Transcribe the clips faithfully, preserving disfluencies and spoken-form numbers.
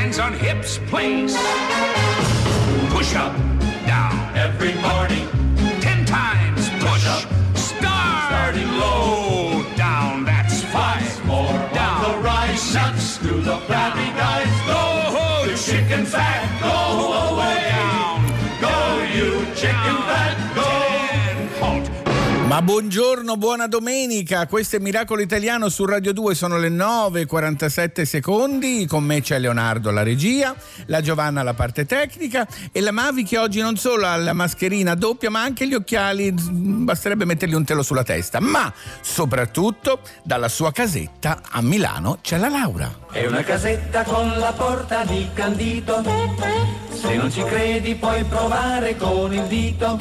hands on hips, place. Push up, down. Every morning. Ten times push. Push up. Start. Starting low. Down, that's five. Once more down. On the rise. Nuts to the flabby guys. Go, the chicken fat. Go away. Down. Go, you chicken fat. Go. Halt. Ma buongiorno, buona domenica, questo è Miracolo Italiano su Radio due, sono le nove e quarantasette secondi, con me c'è Leonardo alla regia, la Giovanna alla parte tecnica e la Mavi che oggi non solo ha la mascherina doppia ma anche gli occhiali, basterebbe mettergli un telo sulla testa, ma soprattutto dalla sua casetta a Milano c'è la Laura. È una casetta con la porta di candito, se non ci credi puoi provare con il dito.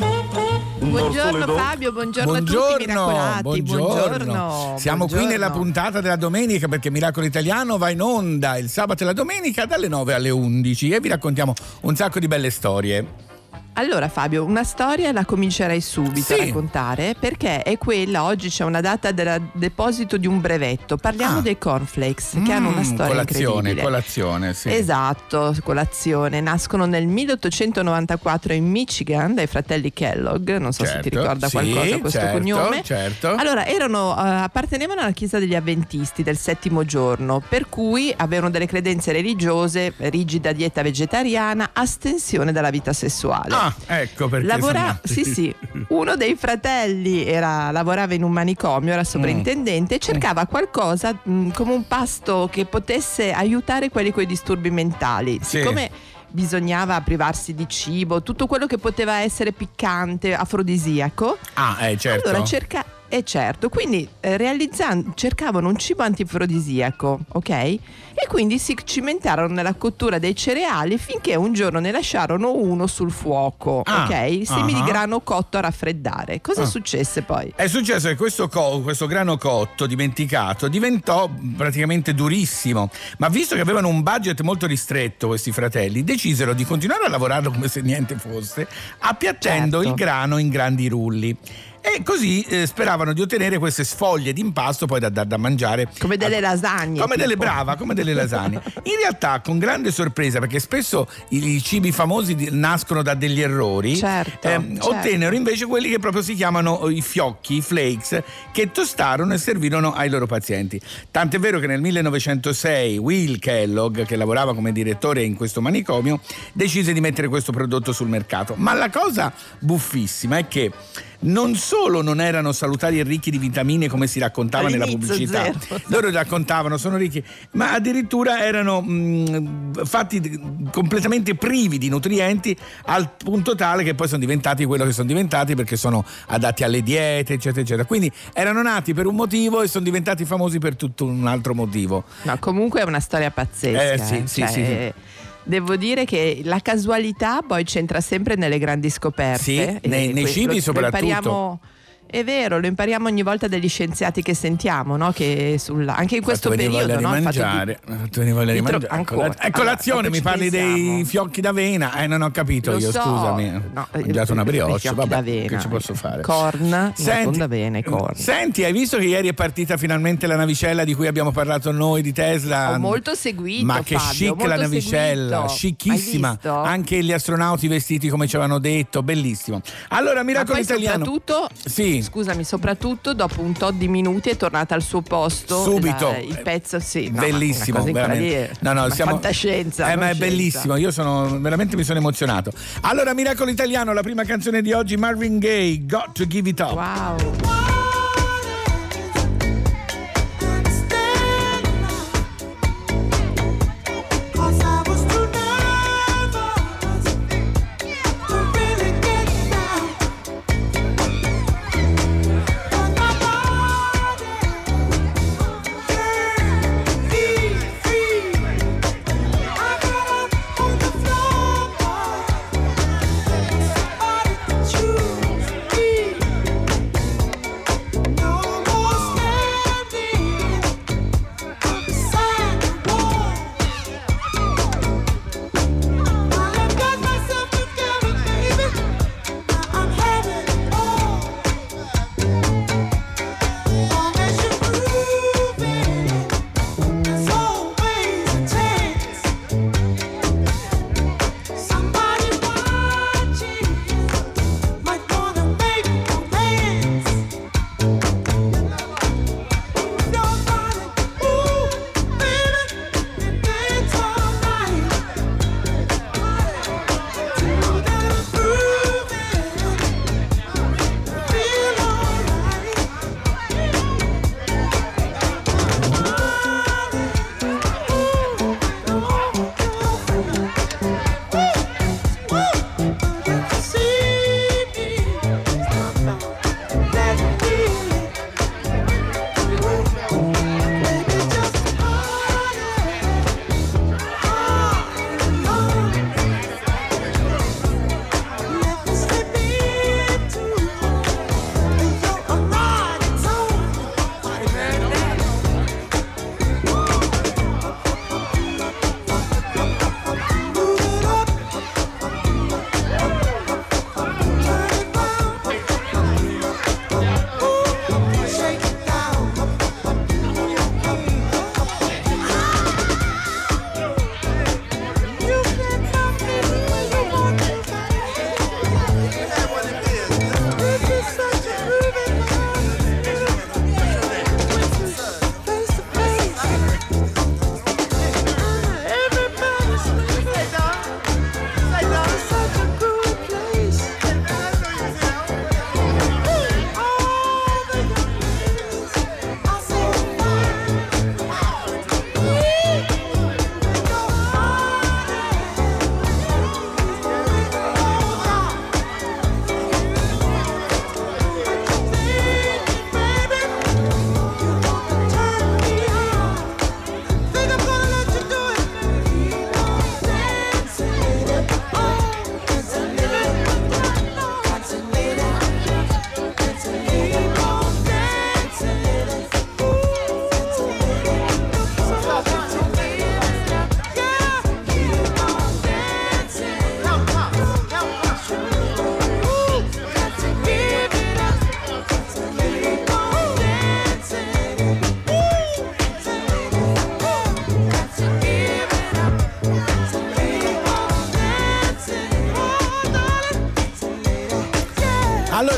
Buongiorno Fabio, buongiorno, buongiorno a tutti miracolati. buongiorno. buongiorno. Siamo buongiorno. qui nella puntata della domenica perché Miracolo Italiano va in onda il sabato e la domenica dalle nove alle undici e vi raccontiamo un sacco di belle storie. Allora Fabio, una storia la comincerei subito sì. a raccontare perché è quella, oggi c'è una data del deposito di un brevetto, parliamo ah. dei cornflakes che mm, hanno una storia colazione, incredibile. Colazione, sì. Esatto, colazione, nascono nel milleottocentonovantaquattro in Michigan dai fratelli Kellogg, non so certo, se ti ricorda sì, qualcosa questo certo, cognome. Certo. Allora, erano, uh, appartenevano alla chiesa degli avventisti del settimo giorno, per cui avevano delle credenze religiose, rigida dieta vegetariana, astensione dalla vita sessuale. Ah, ecco perché Lavora- sono... sì, sì. Uno dei fratelli era, lavorava in un manicomio, era sovrintendente mm. e cercava qualcosa mh, come un pasto che potesse aiutare quelli con i disturbi mentali. Sì. Siccome bisognava privarsi di cibo, tutto quello che poteva essere piccante, afrodisiaco. Ah, eh, certo. Allora cerca E certo, quindi eh, realizzando, cercavano un cibo antifrodisiaco, ok? E quindi si cimentarono nella cottura dei cereali finché un giorno ne lasciarono uno sul fuoco, ah, ok? Semi uh-huh. di grano cotto a raffreddare. Cosa ah. successe poi? È successo che questo, co- questo grano cotto dimenticato diventò praticamente durissimo, ma visto che avevano un budget molto ristretto questi fratelli, decisero di continuare a lavorarlo come se niente fosse, appiattendo certo. il grano in grandi rulli. E così eh, speravano di ottenere queste sfoglie di impasto poi da, da, da mangiare come delle lasagne, come tipo. delle brava come delle lasagne. In realtà, con grande sorpresa, perché spesso i, i cibi famosi di, nascono da degli errori, certo, ehm, certo. ottennero invece quelli che proprio si chiamano i fiocchi, i flakes, che tostarono e servirono ai loro pazienti. Tant'è vero che nel millenovecentosei Will Kellogg, che lavorava come direttore in questo manicomio, decise di mettere questo prodotto sul mercato. Ma la cosa buffissima è che non solo non erano salutari e ricchi di vitamine come si raccontava nella pubblicità, zero. loro raccontavano sono ricchi, ma addirittura erano mh, fatti completamente privi di nutrienti, al punto tale che poi sono diventati quello che sono diventati perché sono adatti alle diete, eccetera eccetera. Quindi erano nati per un motivo e sono diventati famosi per tutto un altro motivo. No, comunque è una storia pazzesca. Eh, sì, eh. sì, cioè, sì, sì. Devo dire che la casualità poi c'entra sempre nelle grandi scoperte. Sì, e nei, nei que- cibi lo, soprattutto. Lo impariamo, è vero, lo impariamo ogni volta dagli scienziati che sentiamo, no? Che sulla, anche in questo periodo, no? Mi ha fatto venire voglia di mangiare. Ancora. È colazione, allora, mi parli pensiamo. dei fiocchi d'avena? Eh, non ho capito Lo io, so, scusami. no, Ho mangiato una brioche, vabbè, d'avena, che ci posso fare? Corn, senti, d'avena e corn. Senti, hai visto che ieri è partita finalmente la navicella di cui abbiamo parlato noi di Tesla? Ho molto seguito, Ma che Fabio, chic molto la navicella, seguito. chicchissima. Hai visto? Anche gli astronauti vestiti come ci avevano detto, bellissimo. Allora, Miracolo Ma poi Italiano. Soprattutto, sì. scusami, soprattutto dopo un tot di minuti è tornata al suo posto. Subito. La, il pezzo, sì. No, bellissimo, veramente. No, no, siamo... fantascienza. Eh, ma è scienza. bellissimo, io sono veramente mi sono emozionato. Allora, Miracolo Italiano, la prima canzone di oggi, Marvin Gaye, Got to Give It Up. Wow.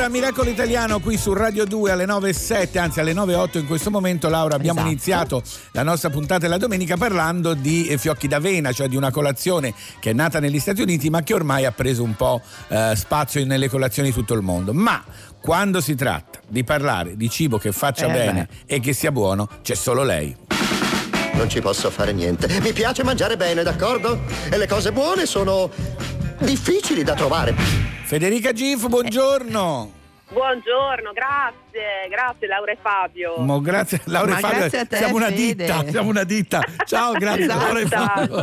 Allora, Miracolo Italiano qui su Radio due alle nove e sette, anzi alle nove e otto in questo momento. Laura, abbiamo Esatto. iniziato la nostra puntata della domenica parlando di eh, fiocchi d'avena, cioè di una colazione che è nata negli Stati Uniti ma che ormai ha preso un po' eh, spazio nelle colazioni di tutto il mondo. Ma quando si tratta di parlare di cibo che faccia Eh bene e che sia buono, c'è solo lei. Non ci posso fare niente. Mi piace mangiare bene, d'accordo? E le cose buone sono difficili da trovare. Federica Gif, buongiorno. Buongiorno, grazie, grazie Laura e Fabio. Mo, grazie Laura Ma e Fabio. grazie a te, siamo una Fede. ditta, siamo una ditta. Ciao, grazie Laura e Fabio.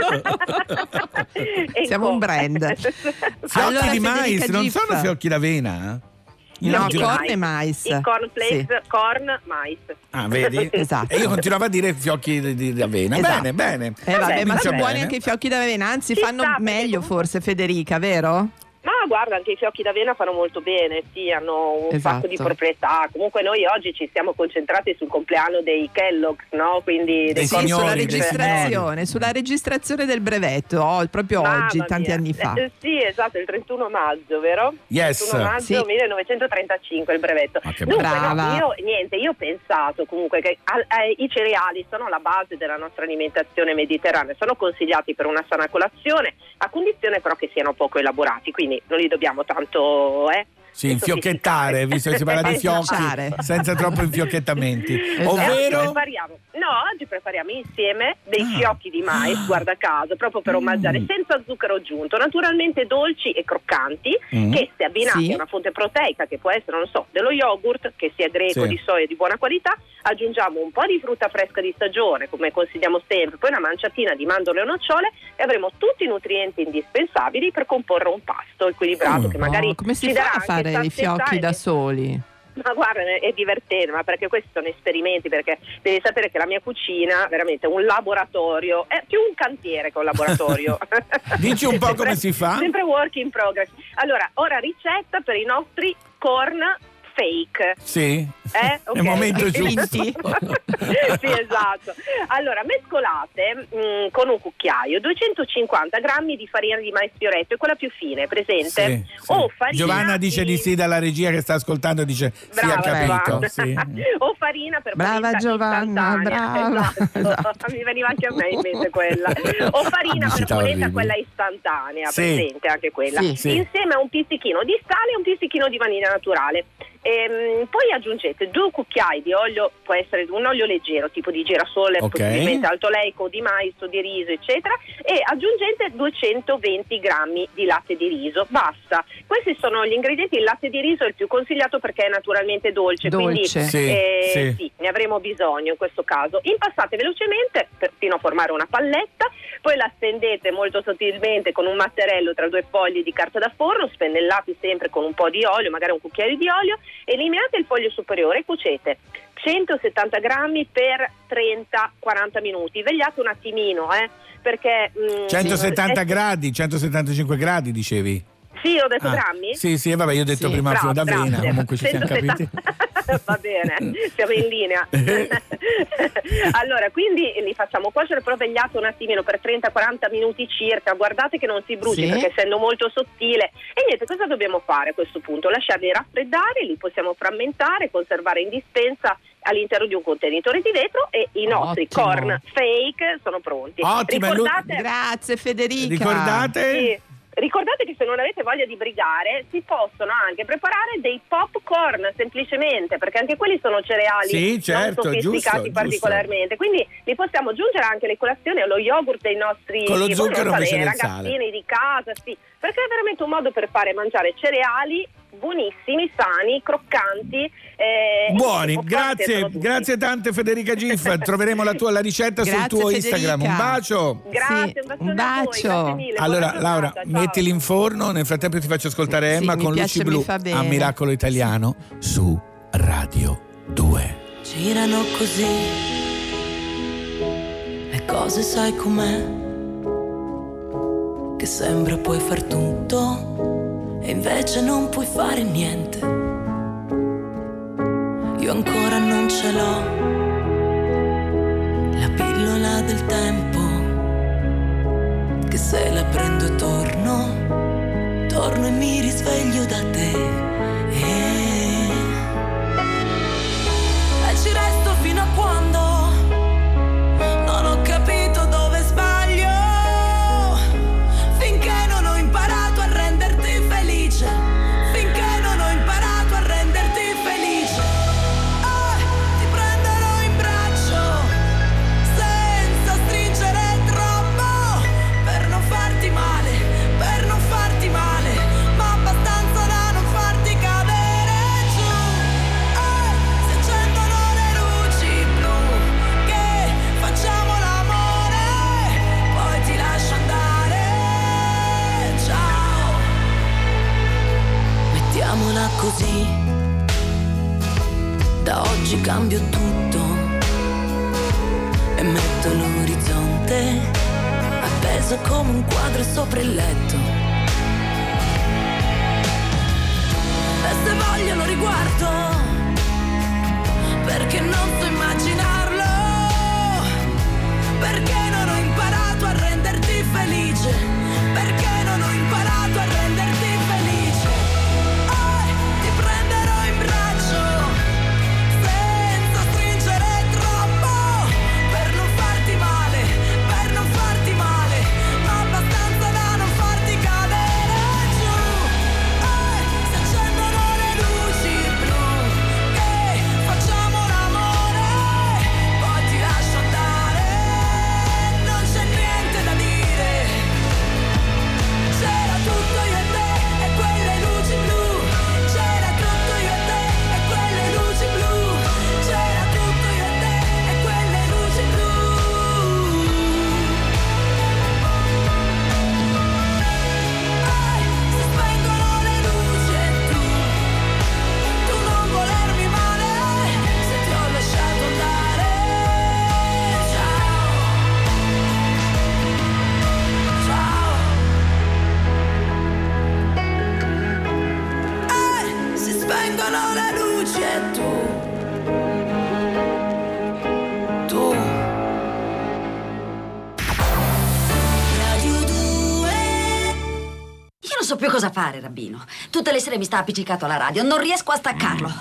E Siamo come? un brand. Fiocchi Allora, di mais, Federica non Gif. sono fiocchi d'avena? Io No, non ti- corn e mais. I cornflakes, Sì. corn, mais. Ah, vedi? Esatto. E io continuavo a dire fiocchi di, di, di avena. Esatto. Bene, bene. Eh vabbè, ma Comincia sono buoni bene. anche i fiocchi d'avena, anzi Ci fanno sta, perché meglio comunque- forse, Federica, vero? Ma guarda, anche i fiocchi d'avena fanno molto bene, sì, hanno un Esatto. sacco di proprietà. Comunque noi oggi ci siamo concentrati sul compleanno dei Kellogg's, no? Quindi Dei dei Sì, signori, sulla dei registrazione, sulla registrazione del brevetto, oh, proprio Mamma oggi, tanti mia. anni fa. Eh, sì, esatto, il trentuno maggio, vero? Yes. trentuno maggio Sì. millenovecentotrentacinque il brevetto. Ma che Dunque, brava. no, io niente, io ho pensato comunque che al- eh, i cereali sono la base della nostra alimentazione mediterranea, sono consigliati per una sana colazione, a condizione però che siano poco elaborati, quindi non li dobbiamo tanto eh Sì, infiocchettare, visto che si parla di fiocchi, Infiocchiare. senza troppo infiocchettamenti. Esatto. E oggi Ovvero, prepariamo, no, oggi prepariamo insieme dei Ah. fiocchi di mais, guarda caso, proprio per un Mm. mangiare senza zucchero aggiunto, naturalmente dolci e croccanti, Mm. che se abbinati Sì. a una fonte proteica, che può essere, non so, dello yogurt, che sia greco, Sì. di soia di buona qualità, aggiungiamo un po' di frutta fresca di stagione, come consigliamo sempre, poi una manciatina di mandorle o nocciole e avremo tutti i nutrienti indispensabili per comporre un pasto equilibrato, Mm. che magari Oh, come si ci fa darà a anche fare i sazietà fiocchi e- da soli? Ma guarda, è divertente, ma perché questi sono esperimenti, perché devi sapere che la mia cucina veramente è un laboratorio, è più un cantiere che un laboratorio. Dici un po' Sempre- come si fa? Sempre work in progress. Allora, ora ricetta per i nostri corn fake. sì, Eh? Ok. nel momento Finti. giusto. Sì, esatto. Allora, mescolate mh, con un cucchiaio duecentocinquanta grammi di farina di mais fioretto, e quella più fine, presente? Sì, sì. O farina Giovanna dice di sì dalla regia che sta ascoltando, dice sì, ha Brava, capito. Giovanna. Sì. O farina per Brava polenta Giovanna, istantanea. brava. Esatto. Esatto. Mi veniva anche a me in mente quella. O farina per Pubblicità polenta, orribile. quella istantanea, Sì. presente anche quella. Sì, sì. Insieme a un pizzichino di sale e un pizzichino di vaniglia naturale. Ehm, poi aggiungete due cucchiai di olio, può essere un olio leggero tipo di girasole, Ok. possibilmente altoleico, di mais o di riso, eccetera, e aggiungete duecentoventi grammi di latte di riso, basta. Questi sono gli ingredienti. Il latte di riso è il più consigliato perché è naturalmente dolce, quindi Dolce. Sì, eh, sì. sì, ne avremo bisogno in questo caso. Impastate velocemente per, fino a formare una palletta, poi la stendete molto sottilmente con un matterello tra due fogli di carta da forno, spennellati sempre con un po' di olio, magari un cucchiaio di olio, eliminate il foglio superiore e cuocete centosettanta grammi per trenta quaranta minuti. Vegliate un attimino, eh, perché mh, centosettanta eh, gradi, centosettantacinque gradi dicevi? Sì, ho detto Ah, grammi? Sì, sì, vabbè, io ho detto Sì, prima Bravo, filo d'avena, grazie. comunque ci siamo capiti. centosettanta Va bene, siamo in linea. Allora, quindi li facciamo cuocere, però vegliate un attimino per trenta quaranta minuti circa. Guardate che non si bruci, Sì. perché essendo molto sottile. E niente, cosa dobbiamo fare a questo punto? Lasciarli raffreddare, li possiamo frammentare, conservare in dispensa all'interno di un contenitore di vetro, e i nostri Ottimo. corn fake sono pronti. Ottimo, è lu- Ricordate, Grazie Federica. Ricordate? sì. Ricordate che se non avete voglia di brigare si possono anche preparare dei popcorn, semplicemente, perché anche quelli sono cereali Sì, certo, non sofisticati giusto, particolarmente, quindi li possiamo aggiungere anche alle colazioni, allo yogurt dei nostri Con lo non zucchero so, invece dei del ragazzini sale. di casa, sì, perché è veramente un modo per fare mangiare cereali buonissimi, sani, croccanti, eh, Buoni, e poi grazie, sono tutti. grazie tante Federica Gif. Troveremo la tua la ricetta sul Grazie, tuo Federica. Instagram. Un bacio. Grazie, Sì, un, un bacione a voi, bacio. grazie mille, Allora, buona Laura, giornata, ciao. mettili in forno. Nel frattempo ti faccio ascoltare Sì, Emma mi con piace, Luci mi Blu fa bene. a Miracolo Italiano su Radio due. Girano così le cose, sai com'è, che sembra puoi far tutto e invece non puoi fare niente. Io ancora non ce l'ho, la pillola del tempo, che se la prendo torno, torno e mi risveglio da te. E, e ci resto fino a quando non ho capito dove sbaglio, finché non ho imparato a renderti felice, finché non ho imparato a renderti felice. Eh, ti prenderò in braccio senza stringere troppo, per non farti male, per non farti male, ma abbastanza da non farti cadere giù. Eh, si accendono le luci blu, che facciamo l'amore, poi ti lascio andare. Ciao. Mettiamola così, da oggi cambio tutto e metto l'orizzonte appeso come un quadro sopra il letto. E se voglio lo riguardo, perché non so immaginarlo, perché non ho imparato a renderti felice, perché non ho imparato a renderti felice. Eh, ti prenderò in braccio senza stringere troppo, per non farti male, per non farti male, ma abbastanza da non farti cadere giù. Eh, si accendono le luci blu, che facciamo l'amore, poi ti lascio andare. Non c'è niente da dire, c'era tutto io e te e quelle luci blu, c'era tutto io e te e quelle luci blu, c'era tutto io e te e quelle luci blu. Eh, si spengono le luci e tu, tu non volermi male, se ti ho lasciato andare. Ciao. Ciao. Eh, si spengono le luci e tu, tu. Radio due. Io non so più cosa fare, Rabbino. Tutte le sere mi sta appiccicato alla radio, non riesco a staccarlo.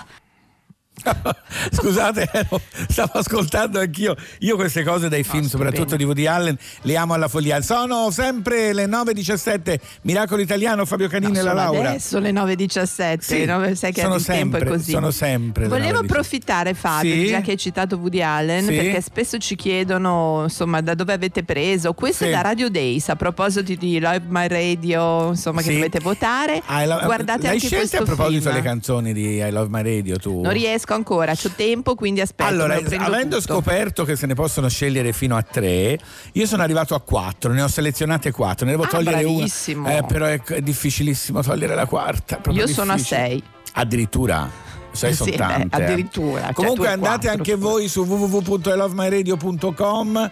Scusate, ero- stavo ascoltando anch'io. Io queste cose dai film, soprattutto di Woody Allen, le amo alla follia. Sono sempre le nove e diciassette. Miracolo Italiano, Fabio Canini e la Sono Laura. adesso le nove e diciassette, Sì, nove, sai che sono il tempo è sempre- così. sono sempre le Volevo nove e diciassette. approfittare, Fabio, Sì? già che hai citato Woody Allen, Sì? perché spesso ci chiedono insomma da dove avete preso. Questo Sì. è da Radio Days, a proposito di Love My Radio, insomma, che Sì. dovete votare. Ah, la- Guardate l'hai anche scelte questo a proposito film. delle canzoni di I Love My Radio tu? Non riesco ancora, c'ho tempo, quindi aspetta. Allora, me lo prendo avendo tutto. scoperto che se ne possono scegliere fino a tre, io sono arrivato a quattro, ne ho selezionate quattro, ne devo Ah, togliere bravissimo. una. Eh, però è, è difficilissimo togliere la quarta. proprio Io sono a difficile. sei. Addirittura. Sei sono Sì, tante. beh, eh. addirittura, cioè, Comunque tu hai andate quattro, anche scusa. voi su w w w punto i love my radio punto com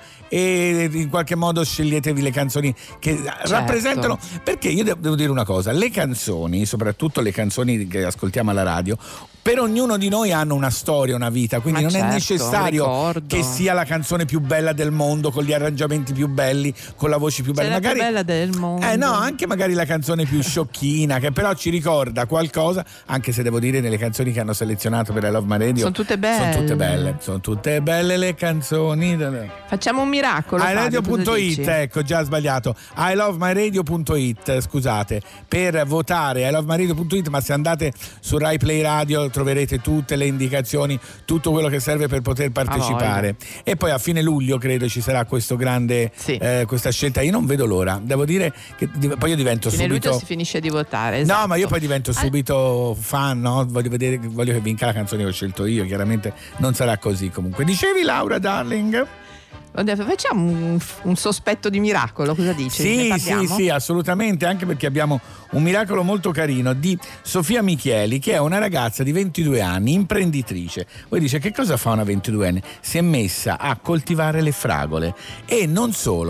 e in qualche modo sceglietevi le canzoni che Certo. rappresentano, perché io devo devo dire una cosa, le canzoni, soprattutto le canzoni che ascoltiamo alla radio, per ognuno di noi hanno una storia, una vita, quindi Ma non certo, è necessario ricordo. che sia la canzone più bella del mondo, con gli arrangiamenti più belli, con la voce più C'è bella. la più bella del mondo. Eh no, anche magari la canzone più sciocchina, che però ci ricorda qualcosa, anche se devo dire nelle canzoni che hanno selezionato per I Love My Radio Sono tutte belle. Sono tutte belle, sono tutte belle le canzoni. Facciamo un miracolo. i radio Fabio, cosa punto it, dici? ecco, già sbagliato. i love my radio punto it, scusate, per votare i love my radio punto it, ma se andate su Rai Play Radio troverete tutte le indicazioni, tutto quello che serve per poter partecipare. E poi a fine luglio credo ci sarà questo grande Sì. eh, questa scelta. Io non vedo l'ora, devo dire che div- poi io divento Fine subito luglio si finisce di votare. No, esatto. ma io poi divento subito fan, no? Voglio vedere, voglio che vinca la canzone che ho scelto io, chiaramente non sarà così comunque. Dicevi Laura Darling? Ho detto, facciamo un, un sospetto di miracolo, cosa dici? Ne Sì, parliamo? sì, sì, assolutamente, anche perché abbiamo un miracolo molto carino di Sofia Micheli, che è una ragazza di ventidue anni, imprenditrice. Voi dice, che cosa fa una ventiduenne? Si è messa a coltivare le fragole e non solo.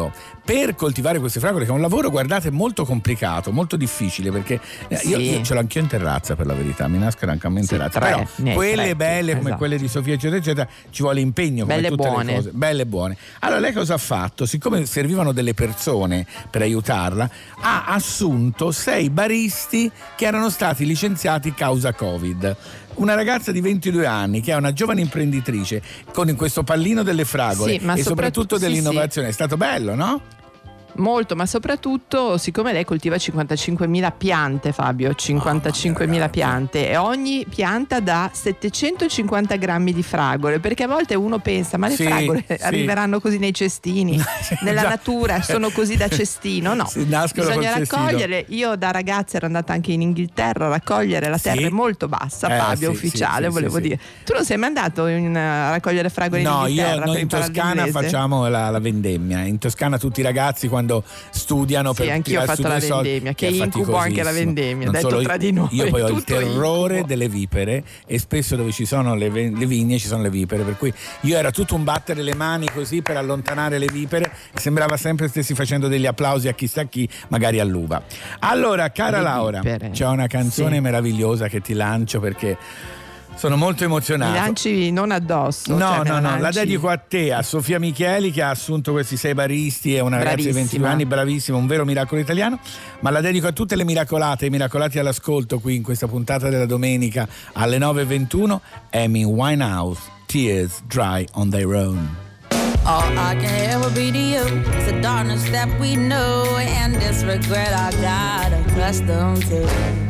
per coltivare queste fragole, che è un lavoro, guardate, molto complicato, molto difficile, perché Sì. io, io ce l'ho anch'io in terrazza, per la verità, mi nascono anche a me in Sì, terrazza, tre, però ne hai quelle tre, belle come esatto. quelle di Sofia eccetera eccetera ci vuole impegno, come Belle tutte buone. le cose, belle e buone. Allora lei cosa ha fatto? Siccome servivano delle persone per aiutarla, ha assunto sei baristi che erano stati licenziati causa Covid. Una ragazza di ventidue anni che è una giovane imprenditrice con questo pallino delle fragole Sì, ma e soprattutto- soprattutto sì, dell'innovazione. È stato bello, no? Molto, ma soprattutto siccome lei coltiva cinquantacinquemila piante, Fabio, cinquantacinquemila piante, e ogni pianta dà settecentocinquanta grammi di fragole, perché a volte uno pensa ma le Sì, fragole sì. arriveranno così nei cestini, nella Già. natura sono così da cestino, no, Si nascono bisogna col cestino. raccogliere. Io da ragazza ero andata anche in Inghilterra a raccogliere, la terra Sì. è molto bassa, Eh, Fabio, sì, ufficiale, sì, sì, volevo sì, sì. dire. Tu non sei mai andato in, uh, a raccogliere fragole No, in io Inghilterra noi per in imparare Toscana l'inglese? facciamo la, la vendemmia. In Toscana tutti i ragazzi quando studiano Sì, per anch'io ho tirare su fatto la due soldi, vendemmia, che è incubo anche la faticosissimo. vendemmia, Non detto solo tra io- di noi, Io poi ho il tutto terrore incubo. delle vipere e spesso dove ci sono le, ve- le vigne ci sono le vipere, per cui io era tutto un battere le mani così per allontanare le vipere, sembrava sempre stessi facendo degli applausi a chissà chi, magari all'uva. Allora, cara Le Laura, vipere. c'è una canzone Sì. meravigliosa che ti lancio perché sono molto Mi emozionato. lanci non addosso. No, cioè me no, la no, la lanci- dedico a te, a Sofia Micheli, che ha assunto questi sei baristi, è una ragazza di Bravissima. ventidue anni, bravissima, un vero miracolo italiano, ma la dedico a tutte le miracolate, i miracolati all'ascolto qui in questa puntata della domenica alle nove e ventuno, Amy Winehouse, Tears Dry on Their Own. All I can ever be to you is the darkness that we know and this regret I got accustomed to.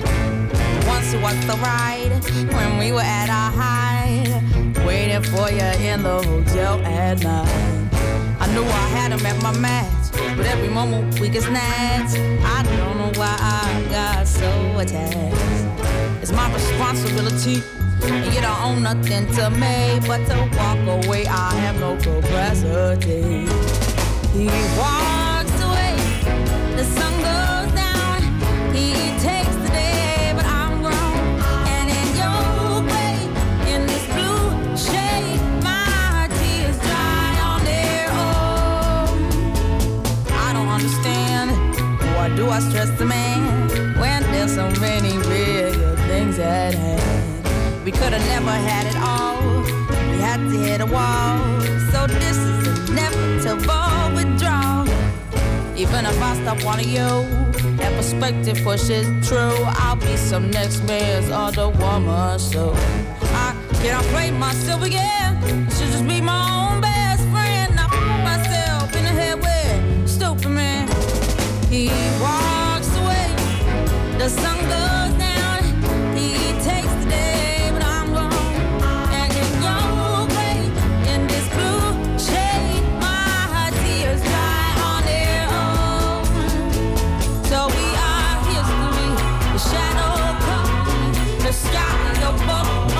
Once was the ride when we were at our height, waiting for you in the hotel at night. I knew I had him at my match, but every moment we get snatched. I don't know why I got so attached. It's my responsibility, and you don't own nothing to me but to walk away. I have no capacity. He walks away, the sun goes down. He takes the day, but I'm grown. And in your way, in this blue shade, my tears dry on their own. I don't understand, why do I stress the man when there's so many bigger things at hand? We could have never had it all, we had to hit a wall. So this is inevitable withdrawal. Even if I stop wanting you, that perspective pushes true. I'll be some next man's other woman, so I cannot play myself again. I should just be my own best friend. I put myself in the head with stupid man. He walks away, the sun goes down. He takes the day, but I'm gone. And in your way, in this blue shade, my tears dry on their own. So we are history, the shadow comes, the sky above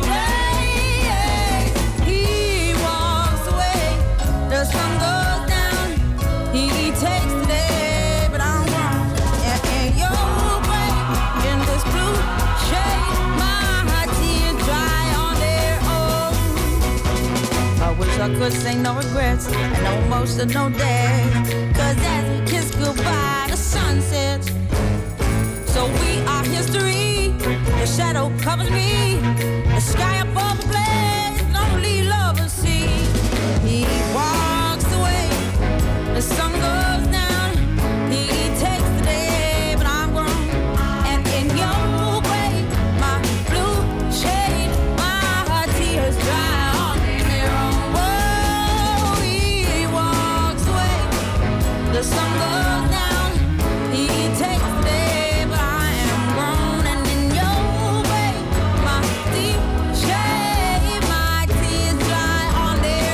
us. He walks away, the sun goes down. He takes the day, but I'm gone. And in your way, in this blue shade, my tears dry on their own. I wish I could say no regrets and no emotional day. Cause as we kiss goodbye, the sun sets. So we are history. The shadow covers me. The sky above the blaze, only lovers see. He walks away, the sun goes down. He takes the day, but I'm grown. And in your way, my blue shade, my tears dry on their own. Whoa, he walks away, the sun goes down. He takes the day, but I am grown. And in your way, my deep shade, my tears dry on their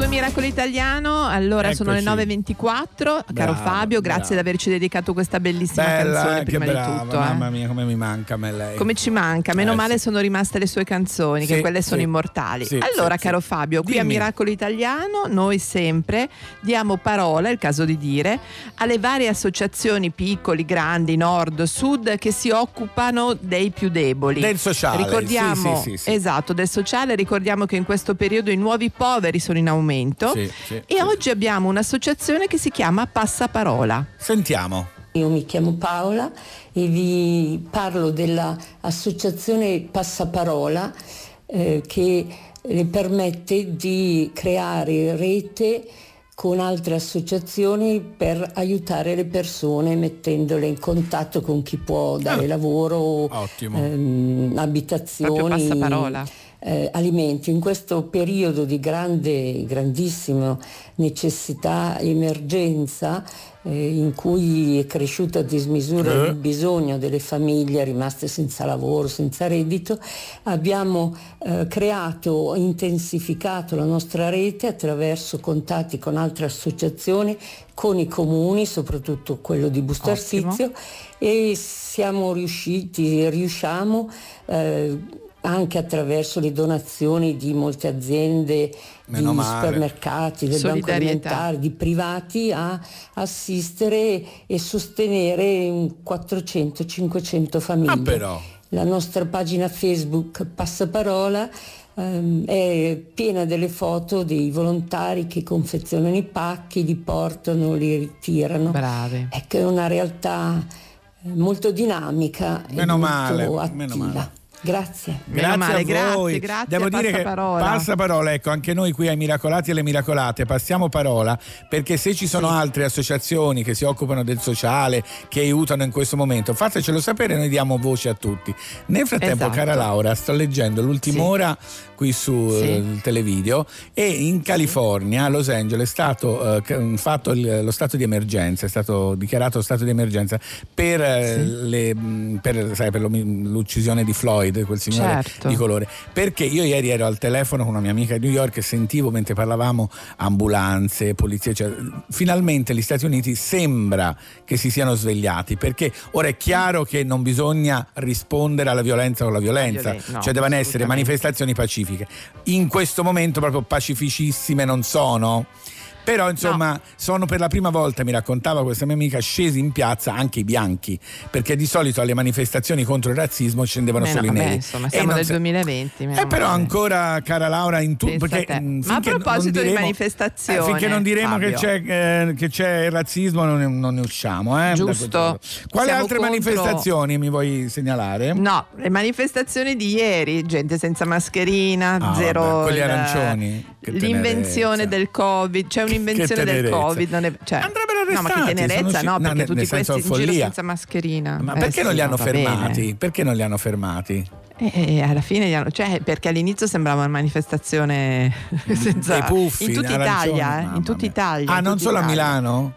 due Miracolo Italiano. Allora Eccoci. sono le nove e ventiquattro. Caro Bravo, Fabio, grazie bravo. di averci dedicato questa bellissima Bella, canzone eh, prima che brava, di tutto. mamma eh. mia, come mi manca a me lei. Come ci manca, meno Eh, male sì. sono rimaste le sue canzoni, Sì, che quelle sono sì. immortali. Sì, allora, sì, caro sì. Fabio, qui a Dimmi. Miracolo Italiano noi sempre diamo parola, è il caso di dire, alle varie associazioni piccoli, grandi, nord, sud, che si occupano dei più deboli. Del sociale, Ricordiamo, sì, sì, sì, sì. esatto, del sociale. Ricordiamo che in questo periodo i nuovi poveri sono in aumento. Sì, sì, e sì. oggi abbiamo un'associazione che si chiama Passaparola. Sentiamo. Io mi chiamo Paola e vi parlo dell'associazione Passaparola eh, che le permette di creare rete con altre associazioni per aiutare le persone mettendole in contatto con chi può dare Ah, lavoro, ottimo. ehm, abitazioni, Proprio Passaparola. eh, alimenti. In questo periodo di grande, grandissima necessità, emergenza, eh, in cui è cresciuto a dismisura Eh. il bisogno delle famiglie rimaste senza lavoro, senza reddito, abbiamo eh, creato, intensificato la nostra rete attraverso contatti con altre associazioni, con i comuni, soprattutto quello di Busto Ottimo. Arsizio, e siamo riusciti, riusciamo eh, anche attraverso le donazioni di molte aziende, Meno di male. supermercati, del banco Solidarietà. alimentare, di privati, a assistere e sostenere quattrocento cinquecento famiglie. Ah, però. La nostra pagina Facebook Passaparola ehm, è piena delle foto dei volontari che confezionano i pacchi, li portano, li ritirano. Bravi. Ecco, è una realtà eh, molto dinamica Meno e male, molto attiva. meno male. Grazie. Meno male, a voi. grazie, grazie Devo a dire che Passaparola. Passaparola, ecco, anche noi qui ai Miracolati e alle Miracolate passiamo parola, perché se ci sono altre associazioni che si occupano del sociale, che aiutano in questo momento, fatecelo sapere, noi diamo voce a tutti. Nel frattempo, Esatto. cara Laura, sto leggendo l'ultima Sì. ora qui su Sì. eh, il televideo, e in California, a Los Angeles, è stato eh, c- fatto il- lo stato di emergenza, è stato dichiarato lo stato di emergenza per, eh, Sì. le, mh, per, sai, per l'omi- l'uccisione di Floyd, quel signore Certo. di colore. Perché io ieri ero al telefono con una mia amica di New York e sentivo mentre parlavamo ambulanze, polizie, cioè, finalmente gli Stati Uniti sembra che si siano svegliati, perché ora è chiaro che non bisogna rispondere alla violenza con la violenza, violen- no, cioè devono essere assolutamente. manifestazioni pacifiche. In questo momento proprio pacificissime non sono. Però insomma sono per la prima volta, mi raccontava questa mia amica, scesi in piazza anche i bianchi, perché di solito alle manifestazioni contro il razzismo scendevano Beh, solo no, i vabbè, neri. insomma, E siamo non nel sa- duemilaventi. meno Eh, però male. ancora, cara Laura, in tu- Pensa perché a te. mh, Ma a finché non proposito di diremo- manifestazione, eh, finché non diremo che Fabio. c'è, eh, che c'è il razzismo non ne, non ne usciamo, eh, da Giusto. quel- Quali Siamo altre contro- manifestazioni mi vuoi segnalare? No, le manifestazioni di ieri, gente senza mascherina, Ah, zero. vabbè, con gli il- arancioni, che L'invenzione tenerezza. del Covid, c'è un'invenzione del tenerezza. Covid. Non è, cioè, Andrebbero no, ma che arrestati, tenerezza, sono- no, no, perché nel- tutti nel senso questi in giro follia. senza mascherina. Ma Eh, perché sì, non li no, hanno va fermati? bene. Perché non li hanno fermati? E, e alla fine, gli hanno- cioè, perché all'inizio sembrava una manifestazione senza. Dei puffi, in tutta arancioni, Italia, eh, mamma in tutta mia. Italia. Ah, in non tutta solo a Italia. Milano?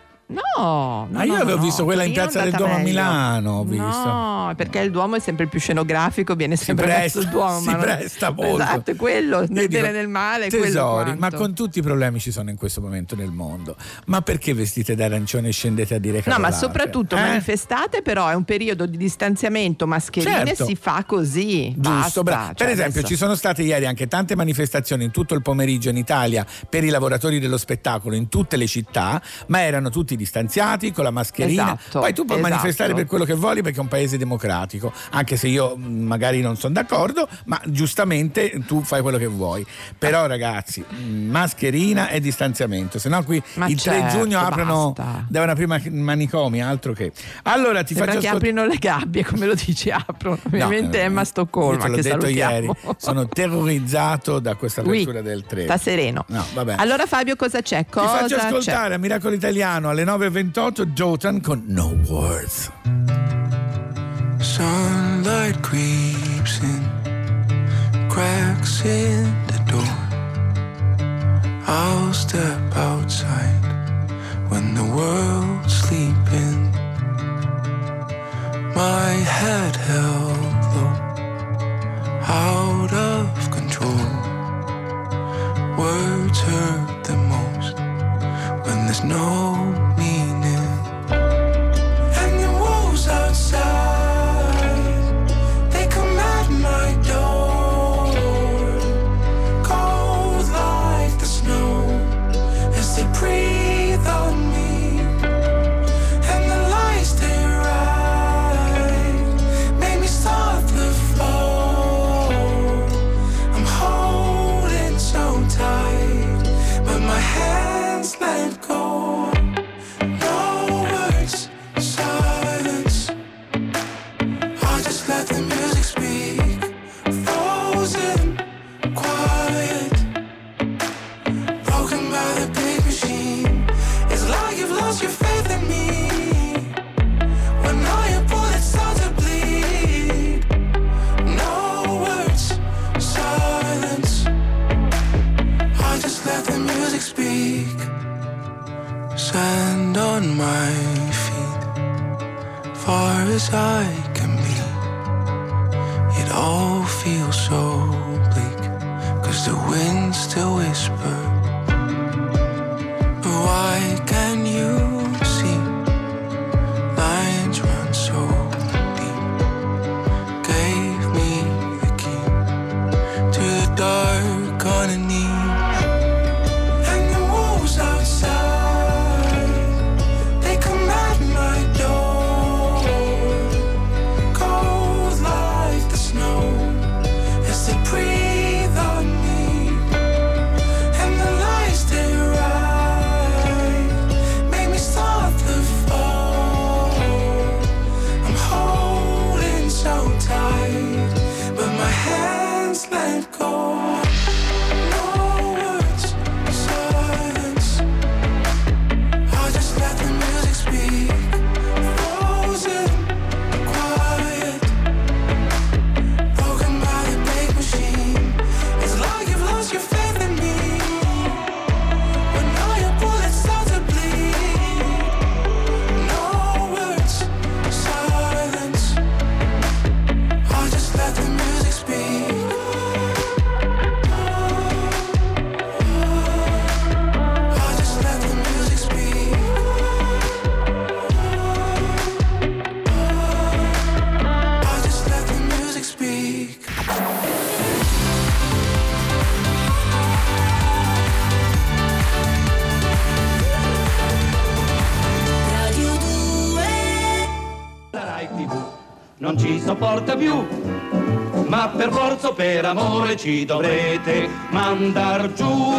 No, no, Ah, io no, avevo no, visto quella in Torino è Piazza del andata Duomo a meglio. Milano, ho visto. No, perché il Duomo è sempre il più scenografico, viene Si sempre presta, messo il Duomo. si ma non- presta molto. Esatto, è quello, Io nel dico, bene e nel male, quello tesori, quanto. ma con tutti i problemi ci sono in questo momento nel mondo. Ma perché vestite d'arancione e scendete a dire No, cavolate? ma soprattutto Eh? manifestate, però è un periodo di distanziamento, mascherine, Certo. si fa così. Giusto, basta. bra- Cioè, per esempio adesso- ci sono state ieri anche tante manifestazioni in tutto il pomeriggio in Italia per i lavoratori dello spettacolo in tutte le città, ma erano tutti distanziati con la mascherina. Esatto, Poi tu puoi esatto. manifestare per quello che vuoi perché è un paese democratico, anche se io mh, magari non sono d'accordo, ma giustamente tu fai quello che vuoi. Però ragazzi, mh, mascherina e distanziamento, se no qui Ma il tre certo, giugno aprono, basta. devono aprire ma- manicomi, altro che. Allora ti Sembra faccio che ascolt- aprino le gabbie, come lo dici, aprono. Ovviamente No, Emma io Stoccolma, te l'ho che detto salutiamo. ieri, sono terrorizzato da questa Ui, apertura del tre. sta sereno. No, vabbè. Allora Fabio, cosa c'è? Ti Cosa faccio c'è? ascoltare a Miracolo Italiano alle nove e ventotto Jotan con No Words. Sunlight creeps in, cracks in the door. I'll step outside when the world's sleeping. My head held low, out of control. Words hurt the most when there's no meaning. And the wolves outside, they come at my door, cold like the snow as they breathe on me. And the lights they ride make me start the fall. I'm holding so tight, but my hands let go. No words, silence. I just let the music speak. Frozen, quiet, broken by the big machine. It's like you've lost your faith in me when all your bullets start to bleed. No words, silence. I just let the music speak. Sand on my feet, far as I can be. It all feels so bleak, 'cause the winds still whisper. But why can you see lines run so deep? Gave me the key to the dark underneath. And the wolves outside, they come at my door, cold like the snow as they breathe on me. And the lights they ride make me start the fall. I'm holding so tight, but my hands let go. No words, silence. I just let the music speak. Frozen, quiet, broken by the big machine. It's like you've lost your faith in me when all your bullets start to bleed. No words, silence. I just let the music speak. I just let the music speak. I just let the music speak. La Rai tivù non ci sopporta più, ma per forza o per amore ci dovrete mandar giù.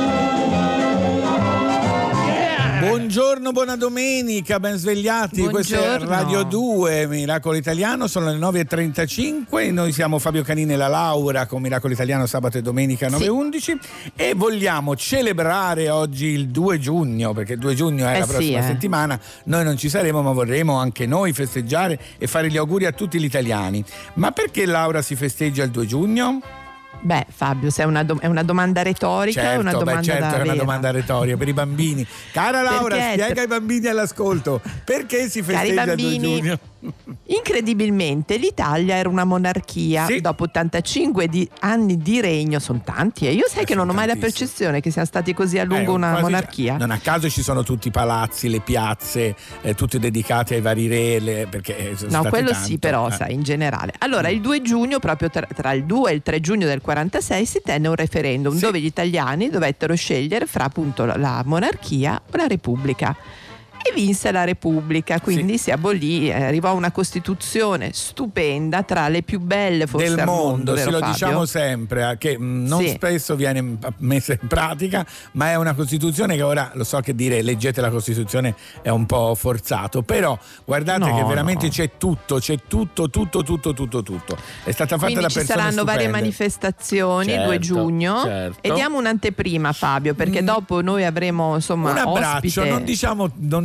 Buongiorno, buona domenica, ben svegliati. Questa è Buongiorno. Radio due, Miracolo Italiano, sono le nove e trentacinque. Noi siamo Fabio Canini e la Laura con Miracolo Italiano sabato e domenica nove e undici e vogliamo celebrare oggi il due giugno, perché il due giugno è Eh la sì, prossima eh. settimana. Noi non ci saremo, ma vorremmo anche noi festeggiare e fare gli auguri a tutti gli italiani. Ma perché, Laura, si festeggia il due giugno? Beh, Fabio, se è una, do- è una domanda retorica, Certo, è una domanda beh, certo, da è una vera. domanda retorica per i bambini. Cara Laura, Perché- spiega ai bambini all'ascolto perché si Cari festeggia il due bambini, giugno. incredibilmente l'Italia era una monarchia. Sì. Dopo ottantacinque di- anni di regno, sono tanti, e io sai Eh, che non ho sono mai la tantissimi. percezione che siano stati così a lungo Eh, una quasi- monarchia. Non a caso ci sono tutti i palazzi, le piazze, eh, tutti dedicati ai vari re, le- perché eh, sono No, stati quello tanto. sì, però, Eh. sai, in generale. Allora, il due giugno, proprio tra, tra il due e il tre giugno del quarantasei, si tenne un referendum Sì. dove gli italiani dovettero scegliere fra appunto la, la monarchia o la repubblica. E vinse la Repubblica, quindi Sì. si abolì, eh, arrivò una Costituzione stupenda, tra le più belle forse del al mondo, mondo, sì, vero, lo Fabio? diciamo sempre, eh, che mh, non Sì. spesso viene mh, messa in pratica, ma è una Costituzione che ora, lo so che dire leggete la Costituzione è un po' forzato, però guardate No, che veramente no. c'è tutto, c'è tutto, tutto, tutto, tutto, tutto. È stata fatta Quindi da ci persone saranno varie stupende. manifestazioni il due Certo, giugno certo. e diamo un'anteprima, Fabio, perché Mm. dopo noi avremo insomma Un abbraccio, ospite. non diciamo, non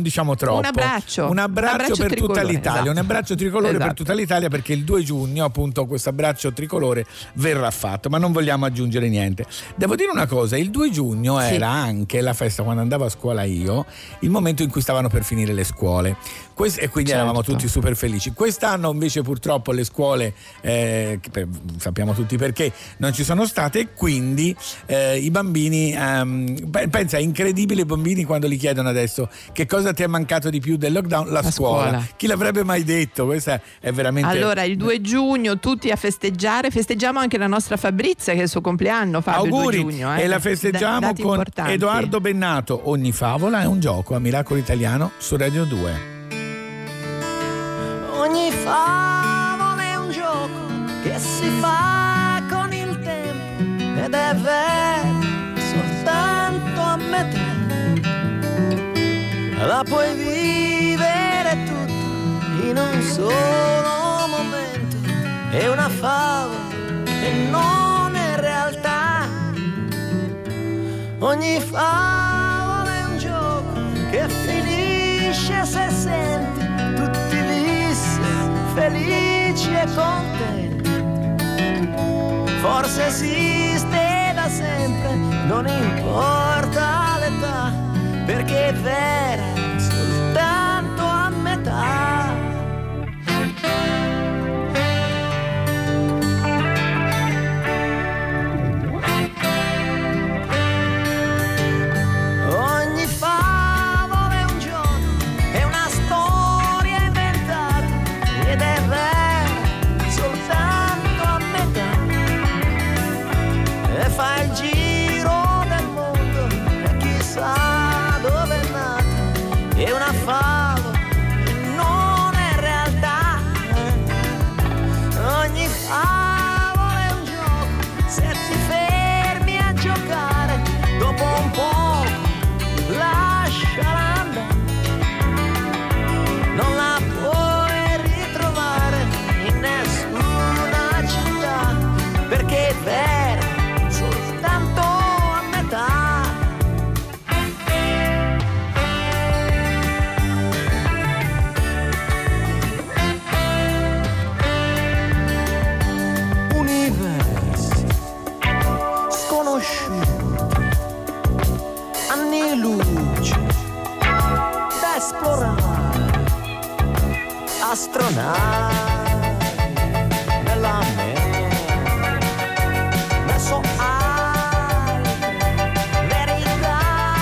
diciamo troppo. Un abbraccio. Un abbraccio, un abbraccio per tricolore, tutta l'Italia, esatto. un abbraccio tricolore Esatto. per tutta l'Italia, perché il due giugno appunto questo abbraccio tricolore verrà fatto, ma non vogliamo aggiungere niente. Devo dire una cosa, il due giugno Sì. era anche la festa, quando andavo a scuola io, il momento in cui stavano per finire le scuole. Quest- e quindi Certo. eravamo tutti super felici. Quest'anno invece purtroppo le scuole, eh, che per- sappiamo tutti perché, non ci sono state, e quindi eh, i bambini, ehm, pe- pensa, è incredibile, i bambini quando li chiedono adesso che cosa ti è mancato di più del lockdown, la, La scuola. scuola. Chi l'avrebbe mai detto? Questa è veramente... Allora, il due giugno tutti a festeggiare, festeggiamo anche la nostra Fabrizia che è il suo compleanno, Fabio, Auguri, il due giugno. eh. e la Da- festeggiamo dati con importanti. Edoardo Bennato. Ogni favola è un gioco, a Miracolo Italiano su Radio due. Ogni favola è un gioco che si fa con il tempo ed è vero soltanto a metà. La puoi vivere tutta in un solo momento. È una favola e non è realtà. Ogni favola è un gioco che finisce se senti tutti felici e contenti. Forse esiste da sempre, non importa l'età, perché è vera soltanto a metà. Ogni favola è un giorno, è una storia inventata ed è vera soltanto a metà. E fa il giro del mondo e chissà dove è nata. È una favola e non è realtà. Ogni favola è un gioco, se ti fermi a giocare, dopo un po' lasciala andare. Non la puoi ritrovare in nessuna città, perché è vera soltanto a metà. Universi sconosciuti, anni luce da esplorare, astronavi nella mente, verso altre verità.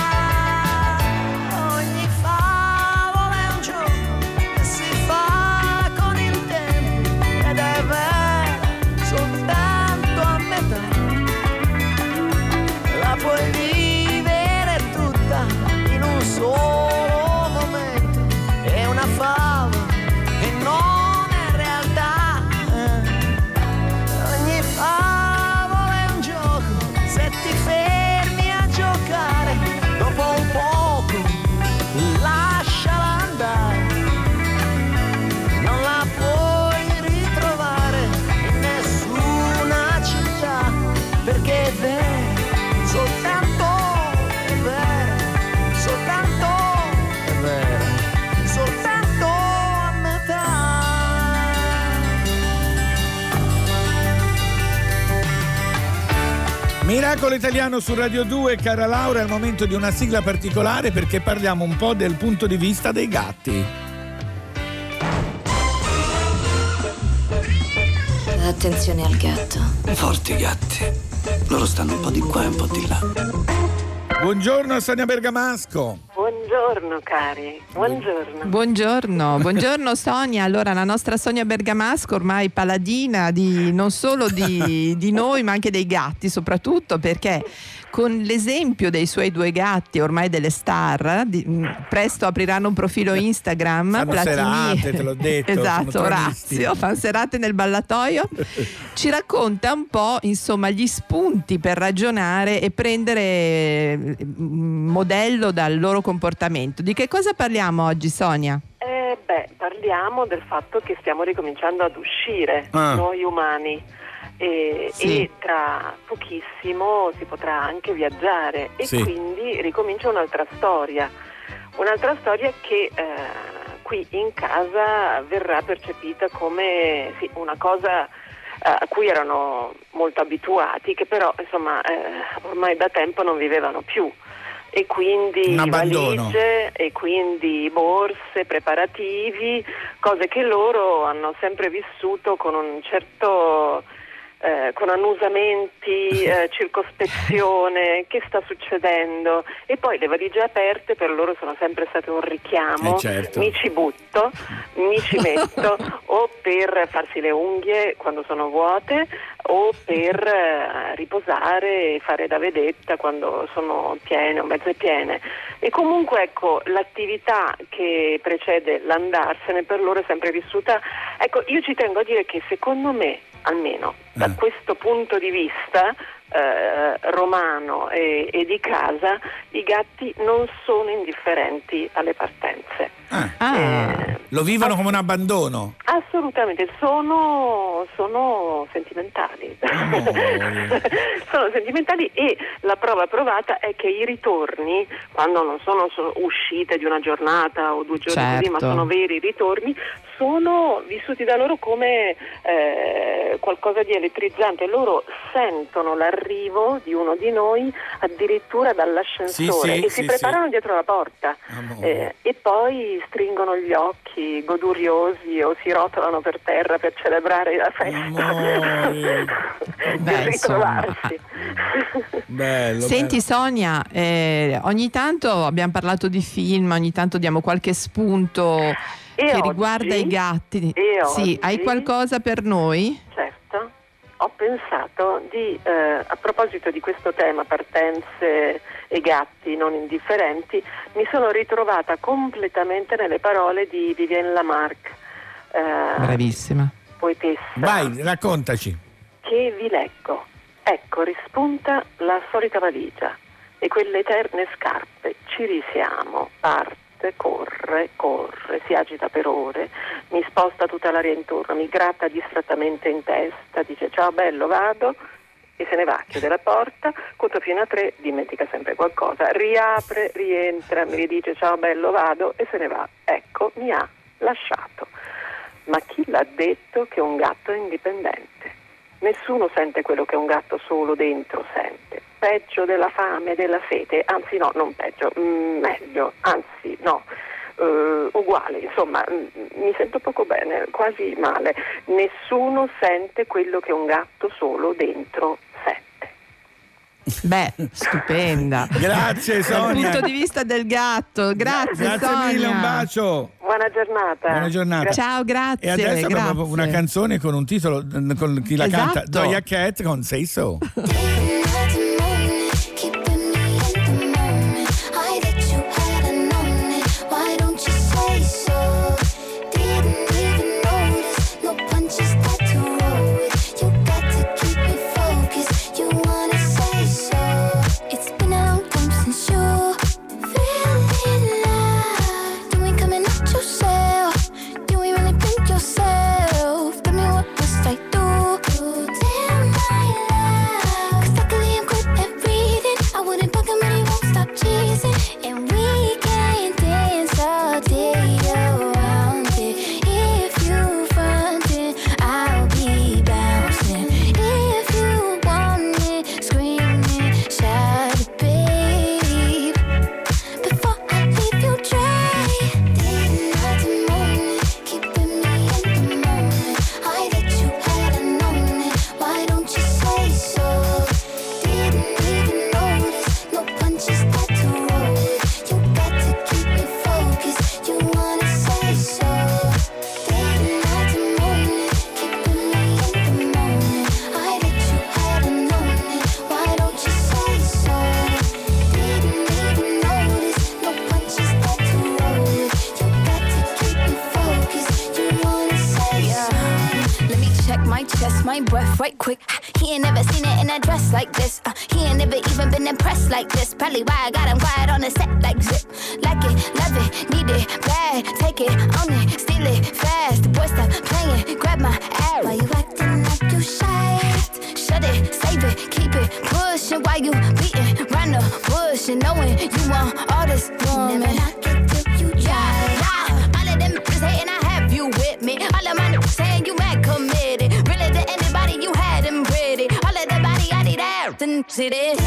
Ogni favola è un gioco che si fa con il tempo ed è vera soltanto a metà. La puoi vivere tutta in un solo momento. È una favola e non è realtà. Ogni favola è un gioco, se ti fermi a giocare, dopo un poco lasciala andare. Non la puoi ritrovare in nessuna città, perché è vera soltanto, è vera soltanto, è vera soltanto a metà. Miracolo Italiano su Radio due, cara Laura, è il momento di una sigla particolare perché parliamo un po' del punto di vista dei gatti. Attenzione al gatto. Forti gatti. Loro stanno un po' di qua e un po' di là. Buongiorno a Sonia Bergamasco. Buongiorno cari, buongiorno. Buongiorno, buongiorno Sonia. Allora, la nostra Sonia Bergamasco, ormai paladina di non solo di, di noi, ma anche dei gatti, soprattutto perché con l'esempio dei suoi due gatti, ormai delle star, di, mh, presto apriranno un profilo Instagram. Fanno Platini- serate, te l'ho detto. Esatto, sono tronisti. Orazio, fanno serate nel ballatoio. Ci racconta un po', insomma, gli spunti per ragionare e prendere mh, modello dal loro comportamento. Di che cosa parliamo oggi, Sonia? Eh, beh, parliamo del fatto che stiamo ricominciando ad uscire, Ah. noi umani. E, Sì. e tra pochissimo si potrà anche viaggiare e Sì. quindi ricomincia un'altra storia, Un'altra storia che eh, qui in casa verrà percepita come sì, una cosa eh, a cui erano molto abituati, che però insomma eh, ormai da tempo non vivevano più. E quindi valigie, e quindi borse, preparativi, cose che loro hanno sempre vissuto con un certo eh, con annusamenti, eh, circospezione, che sta succedendo? E poi le valigie aperte per loro sono sempre state un richiamo, eh certo. mi ci butto, mi ci metto, o per farsi le unghie quando sono vuote, o per eh, riposare e fare da vedetta quando sono piene o mezze piene. E comunque ecco, l'attività che precede l'andarsene per loro è sempre vissuta. Ecco, io ci tengo a dire che secondo me, almeno da Eh. questo punto di vista eh, romano e, e di casa, i gatti non sono indifferenti alle partenze. Ah. Lo vivono come un abbandono. Assolutamente, sono, sono sentimentali. Sono sentimentali, e la prova provata è che i ritorni, quando non sono solo uscite di una giornata o due giorni Certo. così, ma sono veri ritorni, sono vissuti da loro come eh, qualcosa di elettrizzante. Loro sentono l'arrivo di uno di noi addirittura dall'ascensore, Sì, sì, e si sì, preparano sì. dietro la porta. Eh, e poi stringono gli occhi goduriosi o si rotolano per terra per celebrare la festa di Beh, ritrovarsi. Bello. Senti Sonia, eh, ogni tanto abbiamo parlato di film, ogni tanto diamo qualche spunto E che oggi- riguarda i gatti. e Sì, oggi- hai qualcosa per noi? Certo, ho pensato di, eh, a proposito di questo tema, partenze e gatti non indifferenti, mi sono ritrovata completamente nelle parole di Vivienne Lamarck, eh, Bravissima. poetessa. Vai, raccontaci. Che vi leggo. Ecco, rispunta la solita valigia e quelle eterne scarpe. Ci risiamo, parte, corre, corre, si agita per ore, mi sposta tutta l'aria intorno, mi gratta distrattamente in testa, dice ciao bello, vado, e se ne va, chiude la porta, conto fino a tre, dimentica sempre qualcosa, riapre, rientra, mi dice ciao bello, vado, e se ne va. Ecco, mi ha lasciato. Ma chi l'ha detto che un gatto è indipendente? Nessuno sente quello che un gatto solo dentro sente. Peggio della fame e della sete, anzi no, non peggio, mm, meglio, anzi no, eh, uguale, insomma, mm, mi sento poco bene, quasi male. Nessuno sente quello che un gatto solo dentro sente. Beh, stupenda. Grazie, Dal Sonia. punto di vista del gatto, grazie, Grazie Sonia. mille, un bacio. Buona giornata. Buona giornata. Ciao, grazie. E adesso abbiamo grazie. proprio una canzone con un titolo, con chi la Esatto. canta, Doja Cat con Say So. my breath right quick. He ain't never seen it in a dress like this. Uh, he ain't never even been impressed like this. Probably why I got him quiet on the set like zip. Like it, love it, need it, bad. Take it, own it, steal it, fast. The boy stop playing, grab my ass. Why you acting like you shy? Shut it, save it, keep it pushing. Why you beating round the bush? should know it. You want all this woman. Never knock it till you try. Yeah, all of them niggas hating, I have you with me. All of my niggas saying you mad committed. Really to anybody you had them pretty. All of the body I need out and see this.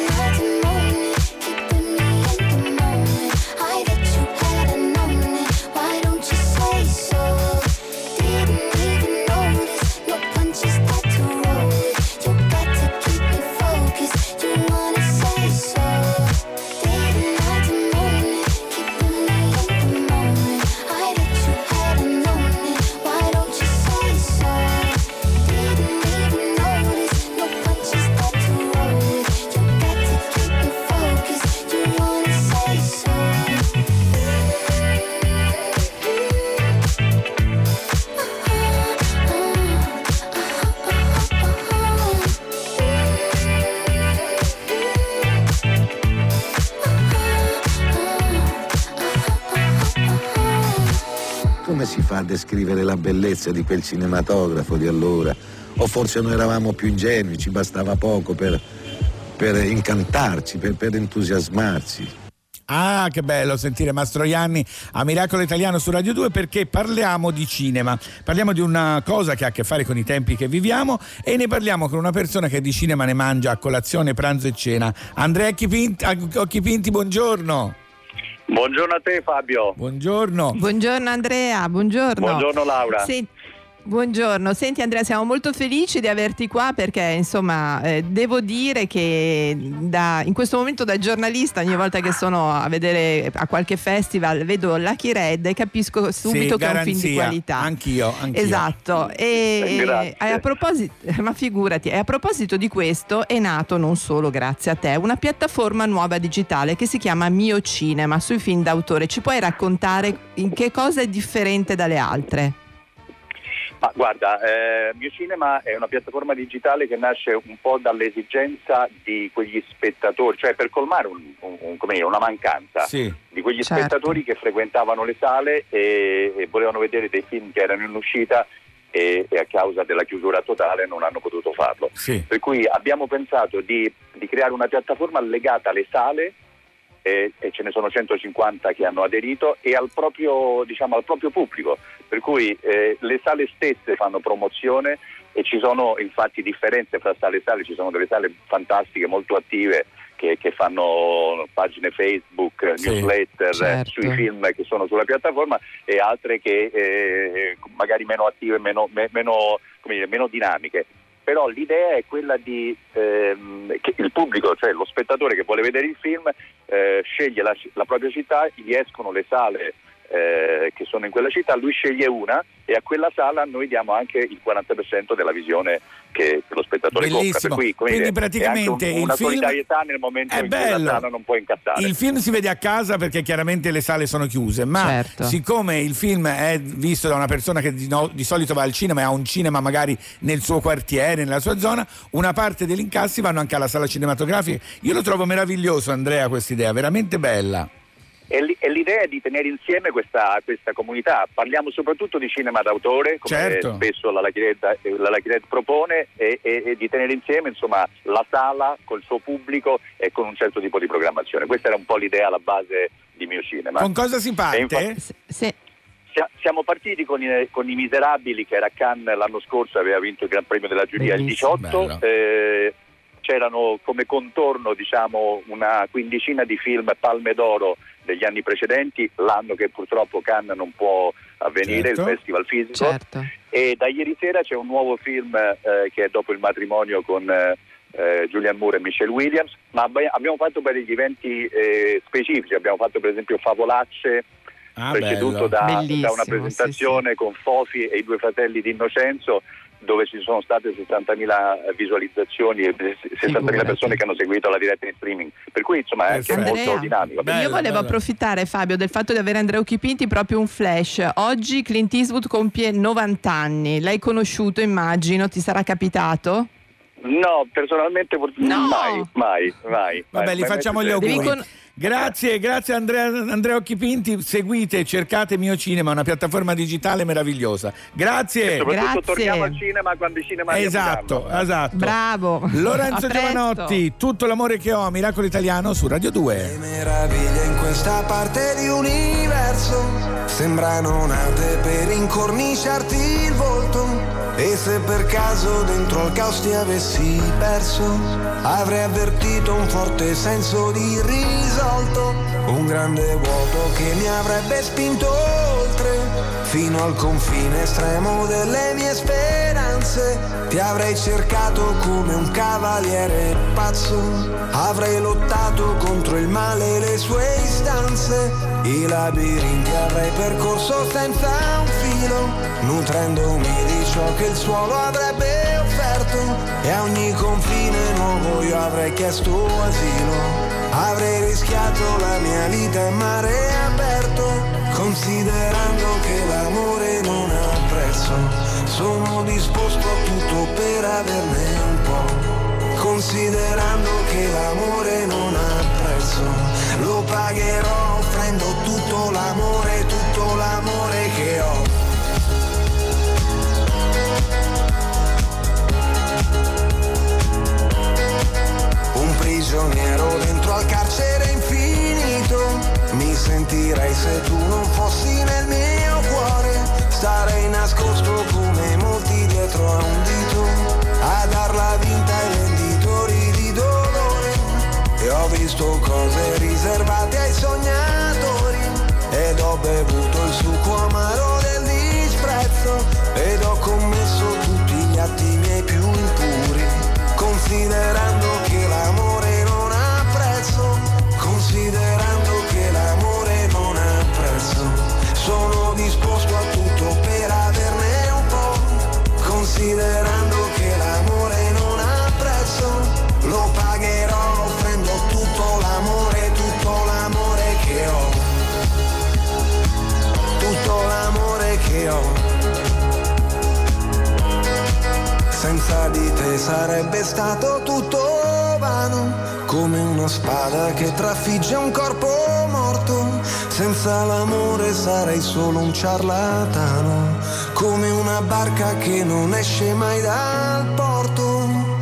Come si fa a descrivere la bellezza di quel cinematografo di allora? O forse noi eravamo più ingenui, ci bastava poco per, per incantarci, per, per entusiasmarci. Ah, che bello sentire Mastroianni a Miracolo Italiano su Radio due, perché parliamo di cinema, parliamo di una cosa che ha a che fare con i tempi che viviamo e ne parliamo con una persona che di cinema ne mangia a colazione, pranzo e cena. Andrea Occhipinti, Occhipinti, buongiorno. Buongiorno a te Fabio. Buongiorno. Buongiorno Andrea, buongiorno. Buongiorno Laura. Sì. Buongiorno, senti Andrea, siamo molto felici di averti qua perché insomma eh, devo dire che da, in questo momento da giornalista ogni volta che sono a vedere a qualche festival vedo Lucky Red e capisco subito sì, che è un film di qualità. Anch'io, anch'io. Esatto. E, e a proposito, ma figurati, e a proposito di questo è nato non solo grazie a te una piattaforma nuova digitale che si chiama Mio Cinema sui film d'autore. Ci puoi raccontare in che cosa è differente dalle altre? Ma guarda, eh, Mio Cinema è una piattaforma digitale che nasce un po' dall'esigenza di quegli spettatori, cioè per colmare un, un, un, come dire, una mancanza sì, di quegli certo. spettatori che frequentavano le sale e, e volevano vedere dei film che erano in uscita e, e a causa della chiusura totale non hanno potuto farlo. Sì. Per cui abbiamo pensato di, di creare una piattaforma legata alle sale, e, e ce ne sono centocinquanta che hanno aderito, e al proprio, diciamo, al proprio pubblico, per cui eh, le sale stesse fanno promozione e ci sono infatti differenze fra sale e sale. Ci sono delle sale fantastiche, molto attive, che, che fanno pagine Facebook, sì, newsletter certo. sui film che sono sulla piattaforma, e altre che eh, magari meno attive, meno, me, meno, come dire, meno dinamiche. Però l'idea è quella di ehm, che il pubblico, cioè lo spettatore che vuole vedere il film, eh, sceglie la, la propria città, gli escono le sale eh, che sono in quella città, lui sceglie una e a quella sala noi diamo anche il quaranta per cento della visione che lo spettatore compra. Per cui, Quindi dire, praticamente è anche un, una il film solidarietà nel momento è in bello. cui la sala non può incassare. Il film si vede a casa perché chiaramente le sale sono chiuse, ma certo. siccome il film è visto da una persona che di, no, di solito va al cinema e ha un cinema magari nel suo quartiere, nella sua zona, una parte degli incassi vanno anche alla sala cinematografica. Io lo trovo meraviglioso, Andrea, questa idea, veramente bella. E l'idea è di tenere insieme questa, questa comunità. Parliamo soprattutto di cinema d'autore, come certo. spesso la Lucky Red, la Lucky Red propone, e, e, e di tenere insieme insomma la sala col suo pubblico e con un certo tipo di programmazione. Questa era un po' l'idea alla base di Mio Cinema. Con cosa si parte? Infatti, sì. Siamo partiti con i, con i Miserabili, che era a Cannes l'anno scorso, aveva vinto il Gran Premio della giuria il diciotto. Eh, c'erano come contorno, diciamo, una quindicina di film Palme d'Oro degli anni precedenti, l'anno che purtroppo Cannes non può avvenire, certo. il festival fisico, certo. e da ieri sera c'è un nuovo film eh, che è Dopo il matrimonio con eh, Julianne Moore e Michelle Williams, ma abbiamo fatto per degli eventi eh, specifici, abbiamo fatto per esempio Favolacce, ah, preceduto da, da una presentazione sì, sì. con Fofi e i due fratelli di Innocenzo, dove ci sono state sessantamila visualizzazioni e sessantamila persone che hanno seguito la diretta in streaming, per cui insomma è anche molto dinamico. Bello, io volevo bello. approfittare, Fabio, del fatto di avere Andrea Occhipinti, proprio un flash. Oggi Clint Eastwood compie novanta anni, l'hai conosciuto, immagino, ti sarà capitato? No, personalmente No. mai, mai, mai. Vabbè, mai, gli mai facciamo gli successo. auguri. Grazie, grazie Andrea, Andrea Occhipinti. Seguite, cercate Mio Cinema, una piattaforma digitale meravigliosa. Grazie. E soprattutto Grazie. torniamo al cinema quando i cinema Esatto, riapriranno. esatto. Bravo. Lorenzo A presto. Giovanotti, Tutto l'amore che ho, Miracolo Italiano su Radio due. Meraviglie in questa parte di universo sembrano nate per incorniciarti il volto. E se per caso dentro al caos ti avessi perso, avrei avvertito un forte senso di risolto, un grande vuoto che mi avrebbe spinto oltre, fino al confine estremo delle mie speranze. Ti avrei cercato come un cavaliere pazzo, avrei lottato contro il male e le sue istanze, i labirinti avrei percorso senza un filo, nutrendomi di ciò che il suolo avrebbe offerto, e a ogni confine nuovo io avrei chiesto asilo, avrei rischiato la mia vita in mare aperto, considerando che l'amore non ha prezzo, sono disposto a tutto per averne un po', considerando che l'amore non ha prezzo, lo pagherò offrendo tutto l'amore, tutto l'amore che ho. Un prigioniero dentro al carcere infinito, mi sentirei se tu non fossi nel mio cuore, starei nascosto come molti dietro a un dito, a darla vinta ai venditori di dolore, e ho visto cose riservate ai sognatori, ed ho bevuto il succo amaro del disprezzo, ed ho commesso tutti gli atti miei più impuri, considerando che l'amore non ha prezzo, considerando che l'amore non ha prezzo, sono disposto a tutto per averne un po', considerando che l'amore non ha prezzo, lo pagherò offrendo tutto l'amore, tutto l'amore che ho, tutto l'amore che ho. Senza di te sarebbe stato tutto vano, come una spada che trafigge un corpo morto. Senza l'amore sarei solo un ciarlatano, come una barca che non esce mai dal porto.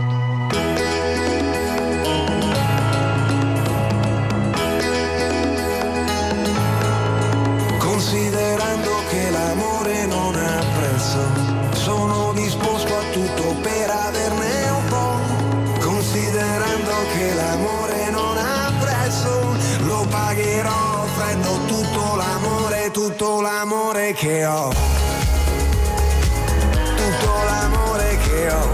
Considerando che l'amore non ha prezzo, sono disposto a tutto per averne un po', considerando che l'amore non ha prezzo, lo pagherò offrendo tutto l'amore, tutto l'amore che ho, tutto l'amore che ho,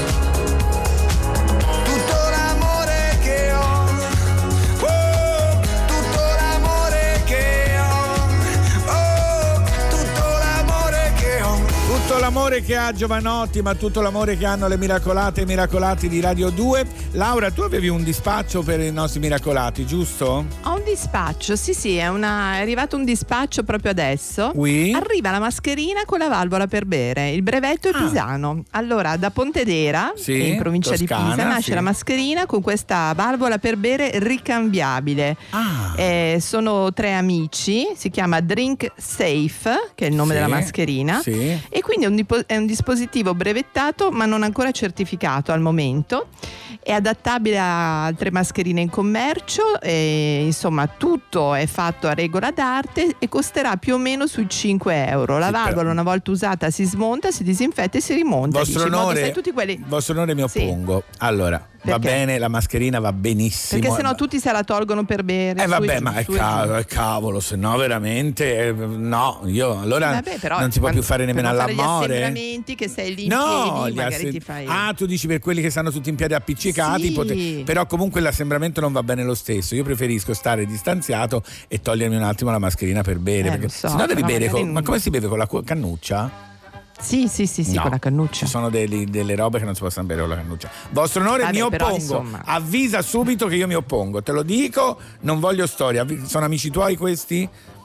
tutto l'amore che ho, oh, tutto l'amore che ho, oh, tutto l'amore che ho. Tutto l'amore che ha Giovanotti, ma tutto l'amore che hanno le miracolate e i miracolati di Radio due. Laura, tu avevi un dispaccio per i nostri miracolati, giusto? Ho un dispaccio, sì sì, è, una, è arrivato un dispaccio proprio adesso. Oui. Arriva la mascherina con la valvola per bere, il brevetto è Ah. pisano. Allora, da Pontedera, Sì, in provincia Toscana, di Pisa, nasce sì. la mascherina con questa valvola per bere ricambiabile. Ah. Eh, sono tre amici, si chiama Drink Safe, che è il nome Sì, della mascherina. sì. E quindi è un, dipo- è un dispositivo brevettato ma non ancora certificato al momento, è adattabile a altre mascherine in commercio, e, insomma tutto è fatto a regola d'arte e costerà più o meno sui cinque euro. La Sì, valvola però- una volta usata si smonta, si disinfetta e si rimonta. Vostro dice, in modo onore, sai, tutti quelli... vostro onore mi Sì. oppongo. Allora, va Perché? bene, la mascherina va benissimo. Perché sennò ma- tutti se la tolgono per bere. Eh su e vabbè, giù, ma è su e giù. cavolo, è cavolo, se no veramente eh, no, io allora Vabbè, però, non si può più fare per nemmeno non fare gli all'amore. assembramenti che sei lì in No, piedi, gli magari asse- ti fai... ah, tu dici per quelli che stanno tutti in piedi appiccicati, Sì. pote- però comunque l'assembramento non va bene lo stesso. Io preferisco stare distanziato e togliermi un attimo la mascherina per bere, Eh, perché lo so, sennò devi però bere magari con, ma non- come si beve con la cu- cannuccia? Sì, sì, sì, sì, No, con la cannuccia. Ci sono delle, delle robe che non si possono bere con la cannuccia. Vostro onore, Vabbè, mi però, oppongo. insomma. Avvisa subito che io mi oppongo. Te lo dico, non voglio storia. Avvi- Sono amici tuoi questi?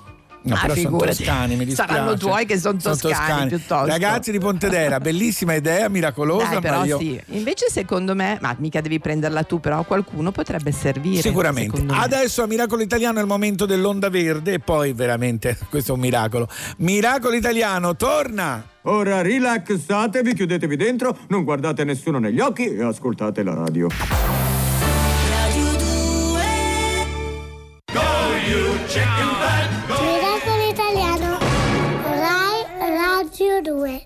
No, ah, però sono figurati. toscani, mi dispiace. Saranno tuoi che sono toscani, Sono toscani. piuttosto. Ragazzi di Pontedera, bellissima idea, miracolosa. Dai, però ma io... sì. Invece secondo me, ma mica devi prenderla tu, però qualcuno potrebbe servire. Sicuramente. Adesso a Miracolo Italiano è il momento dell'onda verde e poi veramente questo è un miracolo. Miracolo Italiano torna! Ora rilassatevi, chiudetevi dentro, non guardate nessuno negli occhi e ascoltate la radio. Miracolo Italiano, Rai Radio due.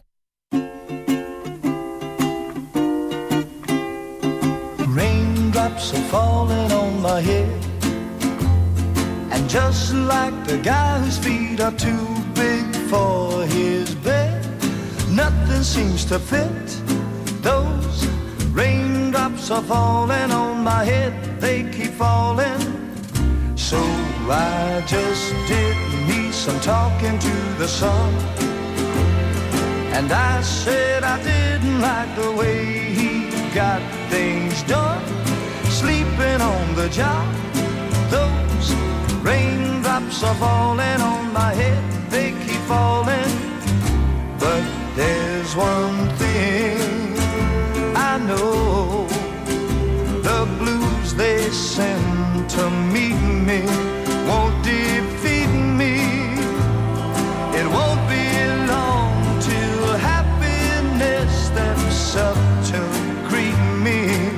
Raindrops are falling on my head, and just like the guy whose feet are too big for his bed, nothing seems to fit. Those raindrops are falling on my head, they keep falling. So I just did me some talking to the sun, and I said I didn't like the way he got things done, sleeping on the job. Those raindrops are falling on my head, they keep falling. But there's one thing I know, the blues they send to meet me won't defeat me. It won't be long till happiness steps up to greet me.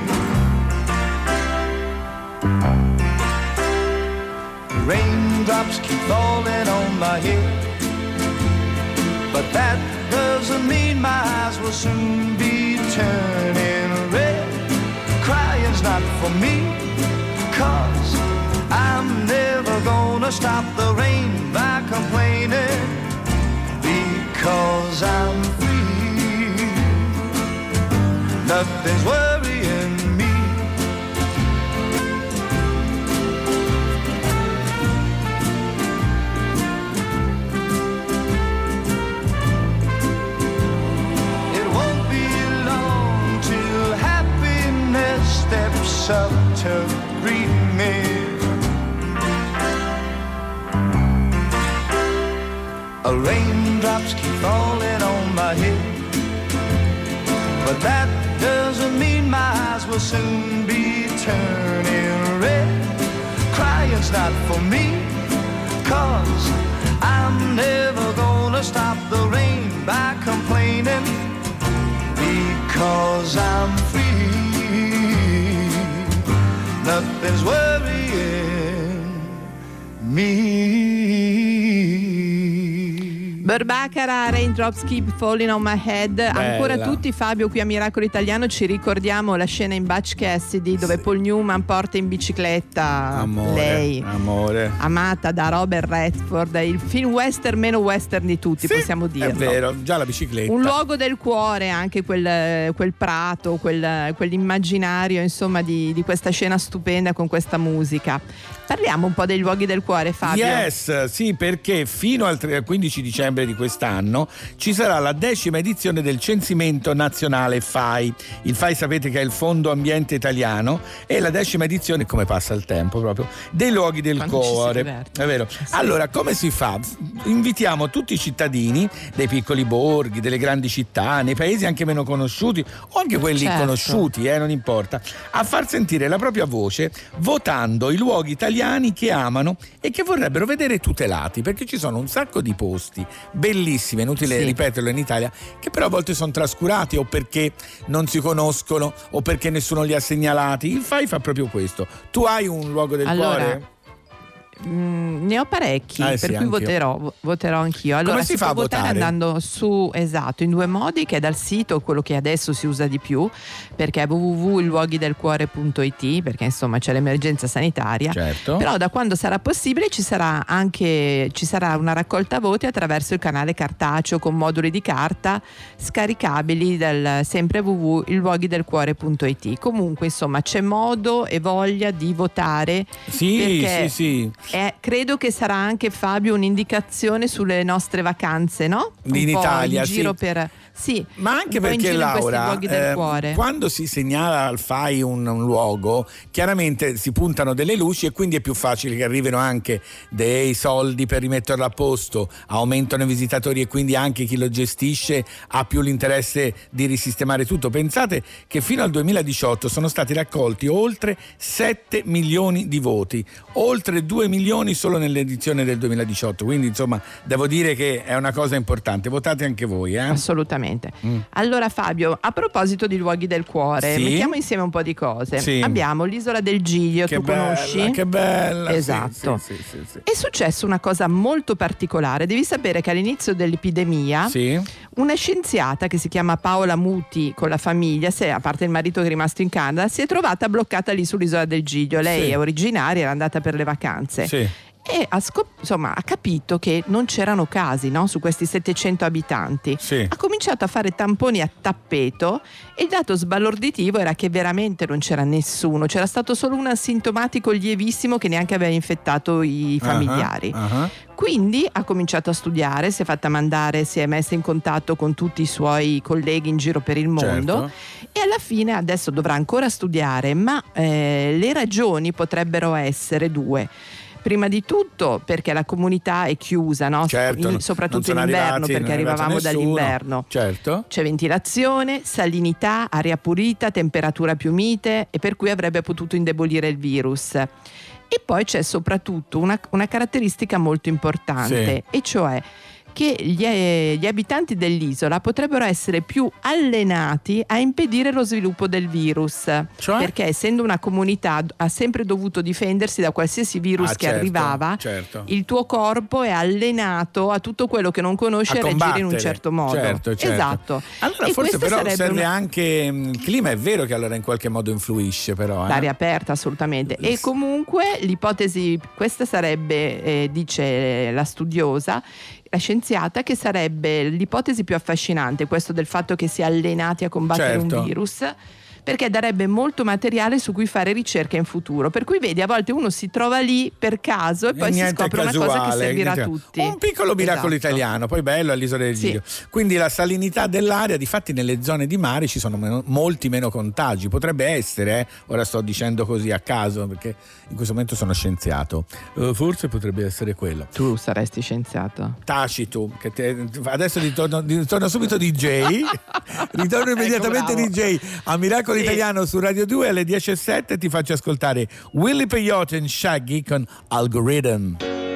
Raindrops keep falling on my head, but that doesn't mean my eyes will soon be turning red. Crying's not for me, 'cause I'm never gonna stop the rain by complaining, because I'm free. Nothing's worrying me. It won't be long till happiness steps up to greet me. Raindrops keep falling on my head, but that doesn't mean my eyes will soon be turning red. Crying's not for me, 'cause I'm never gonna stop the rain by complaining, because I'm free. Nothing's worrying me. Barbaccara, Raindrops Keep Falling on My Head. Bella. Ancora tutti, Fabio, qui a Miracolo Italiano ci ricordiamo la scena in Butch Cassidy dove sì. Paul Newman porta in bicicletta amore, lei, amore. amata da Robert Redford, il film western meno western di tutti, sì, possiamo dirlo. È vero, già la bicicletta. Un luogo del cuore, anche quel, quel prato, quel, quell'immaginario, insomma, di, di questa scena stupenda con questa musica. Parliamo un po' dei luoghi del cuore, Fabio. Yes, sì, perché fino al quindici dicembre di quest'anno ci sarà la decima edizione del censimento nazionale F A I. Il F A I sapete che è il Fondo Ambiente Italiano, e la decima edizione, come passa il tempo proprio, dei luoghi del Quando cuore. È vero. Allora, come si fa? Invitiamo tutti i cittadini dei piccoli borghi, delle grandi città, nei paesi anche meno conosciuti o anche quelli certo. conosciuti, eh, non importa, a far sentire la propria voce votando i luoghi italiani che amano e che vorrebbero vedere tutelati, perché ci sono un sacco di posti bellissimi, inutile sì. ripeterlo in Italia, che però a volte sono trascurati o perché non si conoscono o perché nessuno li ha segnalati. Il F A I fa proprio questo. Tu hai un luogo del allora, cuore? Mm, ne ho parecchi, eh, per sì, cui anch'io. voterò, voterò anch'io. Allora, Come si, si fa può a votare votare? andando su, esatto, in due modi, che è dal sito, quello che adesso si usa di più, perché è w w w punto il luoghi del cuore punto i t, perché insomma c'è l'emergenza sanitaria. Certo. Però da quando sarà possibile ci sarà anche ci sarà una raccolta voti attraverso il canale cartaceo con moduli di carta scaricabili del sempre w w w punto il luoghi del cuore punto i t. Comunque insomma c'è modo e voglia di votare. Sì, perché sì, sì. Eh, credo che sarà anche, Fabio, un'indicazione sulle nostre vacanze, no? Un in po' Italia, in giro sì. per sì, ma anche un po' in perché, giro in questi Laura, luoghi del eh, cuore. quando si segnala al F A I un, un luogo, chiaramente si puntano delle luci e quindi è più facile che arrivino anche dei soldi per rimetterlo a posto, aumentano i visitatori e quindi anche chi lo gestisce ha più l'interesse di risistemare tutto. Pensate che fino al duemiladiciotto sono stati raccolti oltre sette milioni di voti, oltre due milioni solo nell'edizione del duemiladiciotto, quindi insomma devo dire che è una cosa importante. Votate anche voi, eh? Assolutamente. Mm. Allora Fabio, a proposito di luoghi del cuore, sì? mettiamo insieme un po' di cose. Sì. Abbiamo l'isola del Giglio, che tu bella, conosci? Che bella! Esatto. Sì, sì, sì, sì. È successa una cosa molto particolare. Devi sapere che all'inizio dell'epidemia sì. una scienziata che si chiama Paola Muti con la famiglia, se, a parte il marito che è rimasto in Canada, si è trovata bloccata lì sull'isola del Giglio. Lei sì. è originaria, era andata per le vacanze. Sì. E ha, scop- insomma, ha capito che non c'erano casi, no? Su questi settecento abitanti. Sì. Ha cominciato a fare tamponi a tappeto e il dato sbalorditivo era che veramente non c'era nessuno, c'era stato solo un asintomatico lievissimo che neanche aveva infettato i familiari. Uh-huh, uh-huh. Quindi ha cominciato a studiare, si è fatta mandare, si è messa in contatto con tutti i suoi colleghi in giro per il mondo, certo. E alla fine adesso dovrà ancora studiare, ma eh, le ragioni potrebbero essere due. Prima di tutto perché la comunità è chiusa, no? Certo, in, soprattutto in in inverno, perché arrivavamo dall'inverno. Certo. C'è ventilazione, salinità, aria pulita, temperatura più mite e per cui avrebbe potuto indebolire il virus. E poi c'è soprattutto una, una caratteristica molto importante, sì. E cioè che gli, eh, gli abitanti dell'isola potrebbero essere più allenati a impedire lo sviluppo del virus, cioè? Perché essendo una comunità ha sempre dovuto difendersi da qualsiasi virus ah, che certo, arrivava, certo. Il tuo corpo è allenato a tutto quello che non conosce a, a reagire in un certo modo. Certo, certo. Esatto. Allora e forse però serve una... anche il clima, è vero che allora in qualche modo influisce però. Eh? L'aria aperta assolutamente. E comunque l'ipotesi, questa sarebbe, eh, dice la studiosa, la scienziata, che sarebbe l'ipotesi più affascinante, questo del fatto che si è allenati a combattere certo. un virus, perché darebbe molto materiale su cui fare ricerca in futuro. Per cui vedi, a volte uno si trova lì per caso e poi si scopre casuale, una cosa che servirà niente. a tutti. Un piccolo miracolo esatto. italiano, poi bello all'isola del Giglio. Sì. Quindi la salinità dell'aria, difatti nelle zone di mare ci sono meno, molti meno contagi. Potrebbe essere, eh? Ora sto dicendo così a caso perché in questo momento sono scienziato. Uh, forse potrebbe essere quello. Tu saresti scienziato. Taci tu, che te, adesso ritorno, ritorno subito D J. Ritorno immediatamente ecco, D J a Miracolo sì. Italiano su Radio due alle dieci e sette. Ti faccio ascoltare Willy Peyote e Shaggy con Algorithm.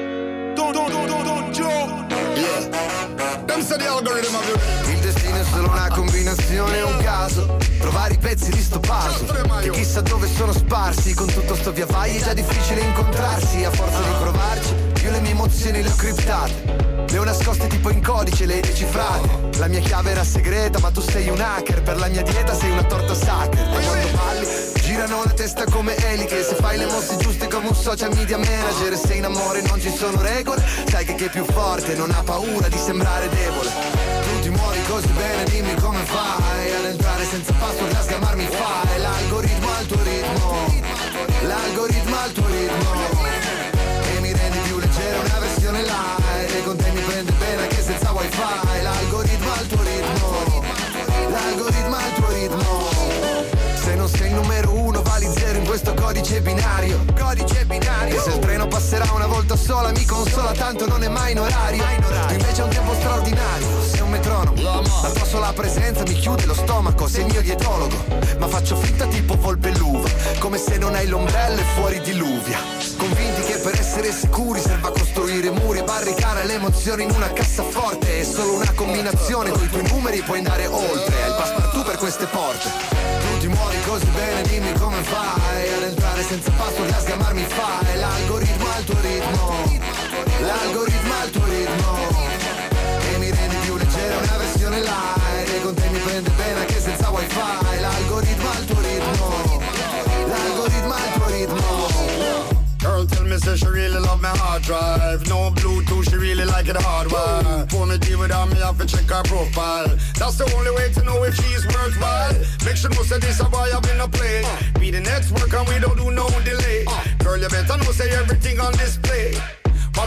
Il destino è solo una combinazione, un caso. Trovare i pezzi di sto puzzle che chissà dove sono sparsi. Con tutto sto via vai è già difficile incontrarsi. A forza di provarci, io le mie emozioni le ho criptate. Le ho nascoste tipo in codice, le hai decifrate. La mia chiave era segreta, ma tu sei un hacker. Per la mia dieta sei una torta sacra. E quando balli, girano la testa come eliche. Se fai le mosse giuste come un social media manager. E se in amore non ci sono regole, sai che chi è più forte non ha paura di sembrare debole. Tu ti muovi così bene, dimmi come fai ad entrare senza password, a sgamarmi fai. L'algoritmo al tuo ritmo, l'algoritmo al tuo ritmo. E mi rendi più leggero, una versione light. E con te mi prende bene anche senza wifi. L'algoritmo al tuo ritmo, l'algoritmo al tuo ritmo. Se non sei il numero uno vali zero in questo codice binario. Codice binario. E se il treno passerà una volta sola mi consola, tanto non è mai in orario. Tu invece hai un tempo straordinario, sei un metronomo. La tua sola presenza mi chiude lo stomaco, sei il mio dietologo. Ma faccio finta tipo volpe l'uva, come se non hai l'ombrello e fuori diluvia. Convinti che per essere sicuri serva costruire muri e barricare le emozioni in una cassaforte. È solo una combinazione, coi tuoi numeri puoi andare oltre. Hai il passepartout per queste porte. Tu ti muovi così bene, dimmi come fai ad entrare senza password, a sgamarmi fai. L'algoritmo al tuo ritmo, l'algoritmo al tuo ritmo. E mi rendi più leggero, una versione light. E con te mi prende bene anche senza wifi. L'algoritmo al tuo ritmo, l'algoritmo al tuo ritmo. Girl tell me say she really love my hard drive. No Bluetooth, she really like it hardwired. For me deal with her, me have to check her profile. That's the only way to know if she's worthwhile. Make sure know say this a boy I've been a play. Be the next work and we don't do no delay. Girl you better know say everything on display.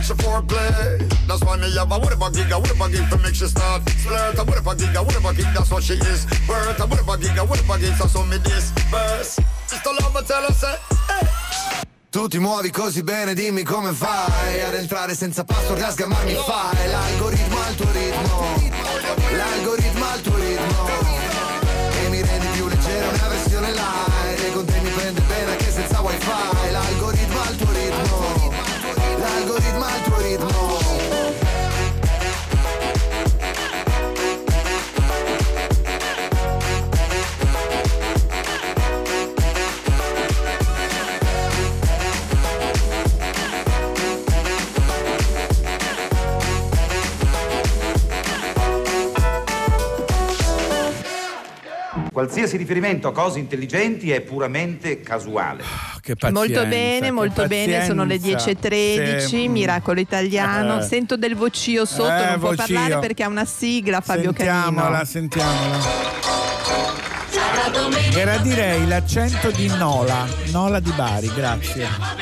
she foreplay. That's why me have a whatever gig, a whatever gig to make she start flirt. A whatever gig, a whatever gig, that's what she is. Birth, a whatever gig, a whatever gig, so me this verse. Sister love, tell her say, hey. Tu ti muovi così bene, dimmi come fai ad entrare senza password, a sgamarmi fai. L'algoritmo al tuo ritmo, l'algoritmo al tuo ritmo, e mi rendi più leggero, una versione light, e con te mi prende bene anche senza wifi. L'algoritmo al tuo ritmo, l'algoritmo al tuo ritmo. Qualsiasi riferimento a cose intelligenti è puramente casuale. Che pazienza, molto bene, che molto pazienza. bene, sono le dieci e tredici, Sì. Miracolo Italiano. Eh. Sento del vocio sotto, Eh, non può vocio. parlare perché ha una sigla, Fabio Sentiamola, Canino. sentiamola. Era direi l'accento di Nola, Nola di Bari, grazie.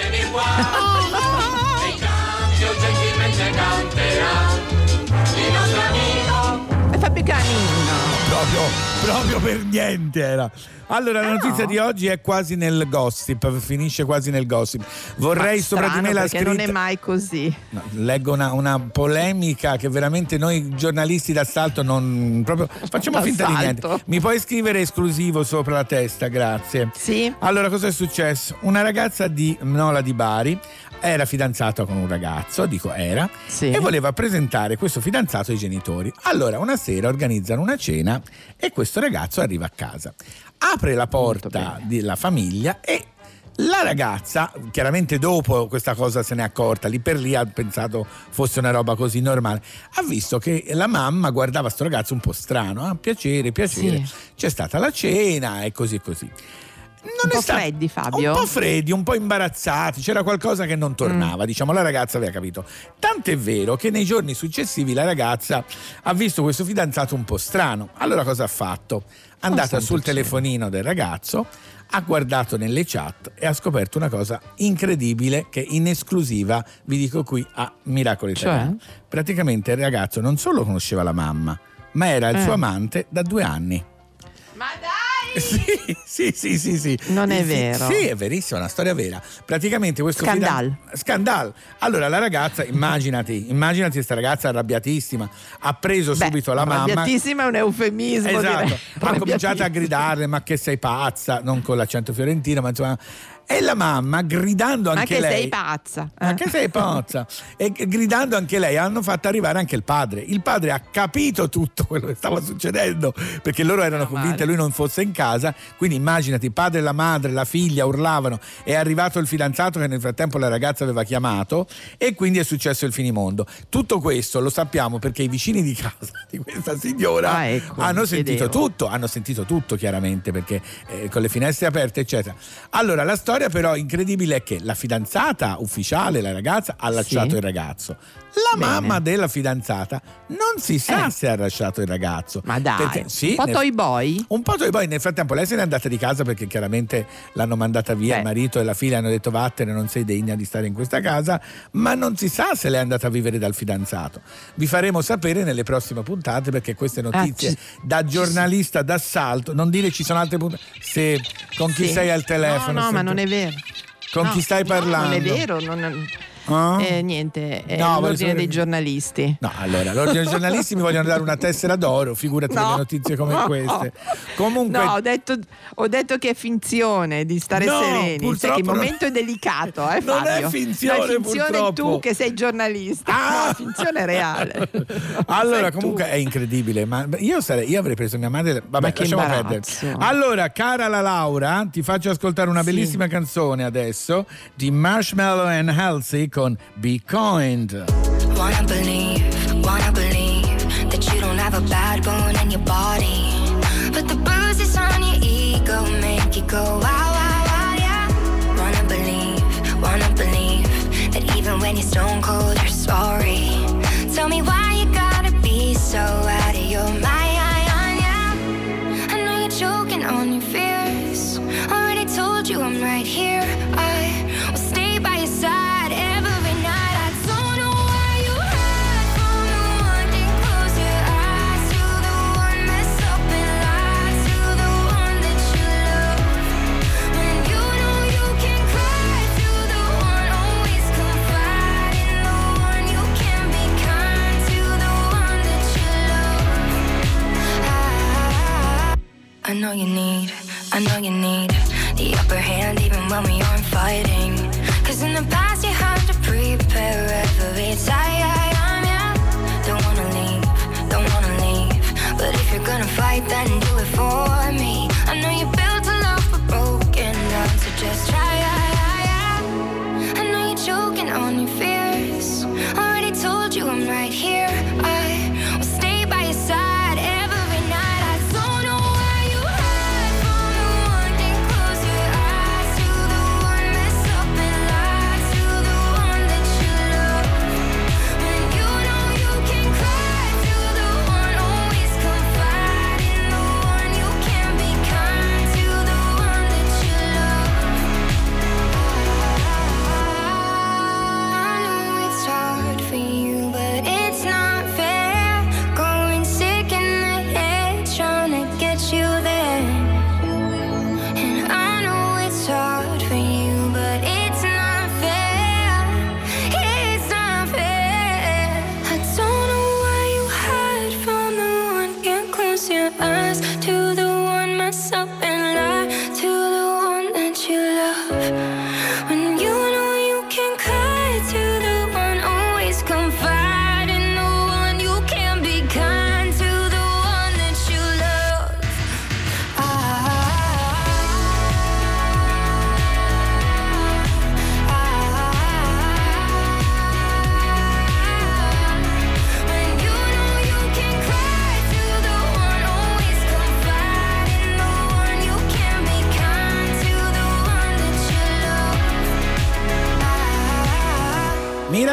È Fabio Canino. Proprio, proprio per niente era. Allora, la notizia di oggi è quasi nel gossip, finisce quasi nel gossip. Vorrei Ma sopra di strano, me la perché scritta. non è mai così. No, leggo una, una polemica che veramente noi giornalisti d'assalto non proprio facciamo finta di D'assalto. niente. Mi puoi scrivere esclusivo sopra la testa, grazie. Sì. Allora, cosa è successo? Una ragazza di Nola di Bari era fidanzata con un ragazzo, dico era, Sì. e voleva presentare questo fidanzato ai genitori. Allora, una sera organizzano una cena e questo ragazzo arriva a casa. Apre la porta della famiglia e la ragazza, chiaramente dopo questa cosa se n'è accorta, lì per lì ha pensato fosse una roba così normale, ha visto che la mamma guardava sto ragazzo un po' strano, ah, piacere, piacere, Sì. c'è stata la cena e così così. Non Un è po' sta- freddi, Fabio. Un po' freddi, un po' imbarazzati, c'era qualcosa che non tornava, Mm. diciamo, la ragazza aveva capito. Tant'è vero che nei giorni successivi la ragazza ha visto questo fidanzato un po' strano. Allora cosa ha fatto? È andata santo sul cielo. telefonino del ragazzo, ha guardato nelle chat e ha scoperto una cosa incredibile che in esclusiva vi dico qui a Miracolo Italiano. Cioè? Praticamente il ragazzo non solo conosceva la mamma, ma era il Eh. suo amante da due anni. Ma dai! Sì, sì, sì, sì, sì. Non è Sì, vero. Sì, è verissimo, è una storia vera. Praticamente questo Scandal. fidan- Scandal. Allora la ragazza, immaginati, immaginati questa ragazza arrabbiatissima, ha preso Beh, subito la mamma. arrabbiatissima è un eufemismo. Esatto, direi. ha cominciato a gridarle ma che sei pazza, non con l'accento fiorentino, ma insomma. E la mamma gridando Ma anche che lei. sei pazza. Ma eh. che sei pazza? E gridando anche lei hanno fatto arrivare anche il padre. Il padre ha capito tutto quello che stava succedendo perché loro erano convinti che lui non fosse in casa. Quindi immaginati, il padre e la madre, la figlia urlavano. È arrivato il fidanzato che nel frattempo la ragazza aveva chiamato e quindi è successo il finimondo. Tutto questo lo sappiamo perché i vicini di casa di questa signora Ah, ecco, hanno sentito chiedevo. tutto, hanno sentito tutto chiaramente perché eh, con le finestre aperte eccetera. Allora la storia però incredibile è che la fidanzata ufficiale, la ragazza, ha lasciato Sì. il ragazzo. La Bene. mamma della fidanzata non si sa Eh. se ha lasciato il ragazzo. Ma dai, Perché- sì, un po' nel- toy boy? un po' toy boy. Nel frattempo lei se n'è andata di casa perché chiaramente l'hanno mandata via Beh. il marito e la figlia hanno detto vattene, non sei degna di stare in questa casa, ma non si sa se lei è andata a vivere dal fidanzato. Vi faremo sapere nelle prossime puntate perché queste notizie Ah, ci- da giornalista d'assalto, non dire ci sono altre puntate, se con chi Sì. sei al telefono. No, no, ma sento- non è vero. Con No, chi stai no, parlando? non è vero, non Ah? eh, niente, è No, voglio l'ordine sapere- dei giornalisti. No, allora, l'ordine dei giornalisti mi vogliono dare una tessera d'oro, figurati No. delle notizie come No. queste. Comunque, No, ho detto, ho detto che è finzione di stare No, sereni. Sai purtroppo che il non- momento è delicato, eh, Non è Fabio? finzione, No, è finzione purtroppo. tu che sei giornalista. Ah! No, finzione reale. allora, Sei tu. comunque è incredibile. Ma io, sarei, io avrei preso mia madre. Vabbè, Ma che lasciamo imbarazzo. perdere. Allora, cara la Laura, ti faccio ascoltare una bellissima canzone adesso di Marshmallow and Halsey con Be Kind. Wanna believe, wanna believe that you don't have a bad bone in your body, but the bruises on your ego make you go wow, wow, wow, yeah. Wanna believe, wanna believe that even when you're stone cold, you're sorry. Tell me why you gotta be so out of your mind, yeah. I know you're choking on your fears. Already told you I'm right here. I will stay by your side every night. I don't know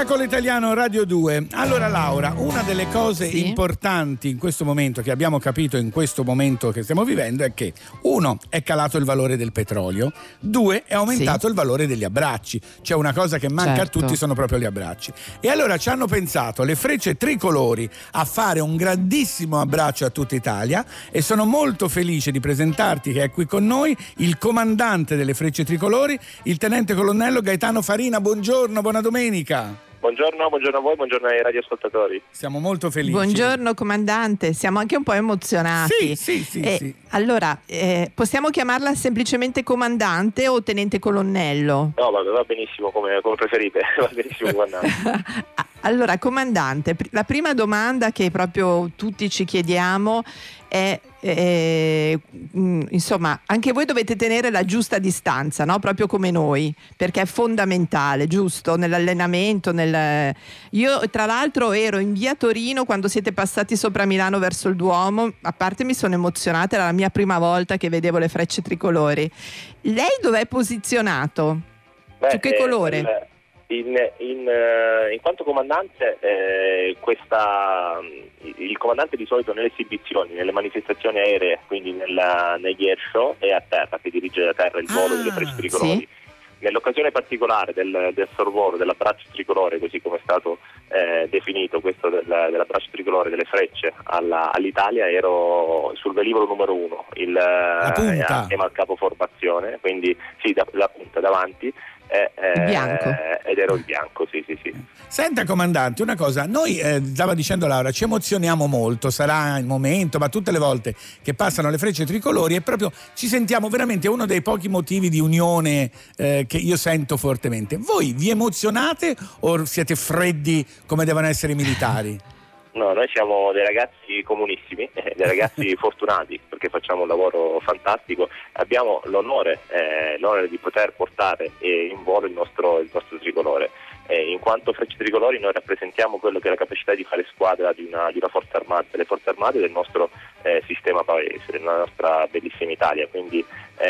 Miracolo Italiano Radio due. Allora Laura, una delle cose Sì. importanti in questo momento, che abbiamo capito in questo momento che stiamo vivendo, è che uno, è calato il valore del petrolio, due, è aumentato Sì. il valore degli abbracci. C'è una cosa che manca Certo. a tutti, sono proprio gli abbracci. E allora ci hanno pensato le Frecce Tricolori a fare un grandissimo abbraccio a tutta Italia, e sono molto felice di presentarti, che è qui con noi, il comandante delle Frecce Tricolori, il tenente colonnello Gaetano Farina. Buongiorno, buona domenica. Buongiorno, buongiorno a voi, buongiorno ai radioascoltatori. Siamo molto felici. Buongiorno comandante, siamo anche un po' emozionati. Sì, sì, sì, Eh, sì. Allora, eh, possiamo chiamarla semplicemente comandante o tenente colonnello? No, va, va benissimo come, come preferite, va benissimo comandante. Allora, comandante, pr- la prima domanda che proprio tutti ci chiediamo è, eh, mh, insomma, anche voi dovete tenere la giusta distanza, no? Proprio come noi, perché è fondamentale, giusto? Nell'allenamento, nel... Io tra l'altro ero in via Torino quando siete passati sopra Milano verso il Duomo, a parte mi sono emozionata, era la mia prima volta che vedevo le Frecce Tricolori. Lei dov'è posizionato? Beh, Su che eh, colore? il- In, in, eh, in quanto comandante, eh, questa, il comandante di solito nelle esibizioni, nelle manifestazioni aeree, quindi nella, negli air show, è a terra, che dirige da terra il volo delle Frecce Tricolori. sì. Nell'occasione particolare del, del sorvolo, dell'abbraccio tricolore, così come è stato eh, definito questo del, dell'abbraccio tricolore delle Frecce alla, all'Italia, ero sul velivolo numero uno, il, punta. eh, assieme al capo formazione, quindi sì, da, la punta davanti. Eh, eh, bianco. Ed ero il bianco, sì, sì, sì. Senta comandante, una cosa, noi eh, stava dicendo Laura, ci emozioniamo molto, sarà il momento, ma tutte le volte che passano le Frecce Tricolori, e proprio ci sentiamo veramente, uno dei pochi motivi di unione eh, che io sento fortemente. Voi vi emozionate o siete freddi come devono essere i militari? No, noi siamo dei ragazzi comunissimi, eh, dei ragazzi fortunati, perché facciamo un lavoro fantastico. Abbiamo l'onore, eh, l'onore di poter portare eh, in volo il nostro, il nostro tricolore. Eh, in quanto Frecce Tricolori noi rappresentiamo quello che è la capacità di fare squadra di una, di una forza armata, delle forze armate del nostro eh, sistema paese, della nostra bellissima Italia. Quindi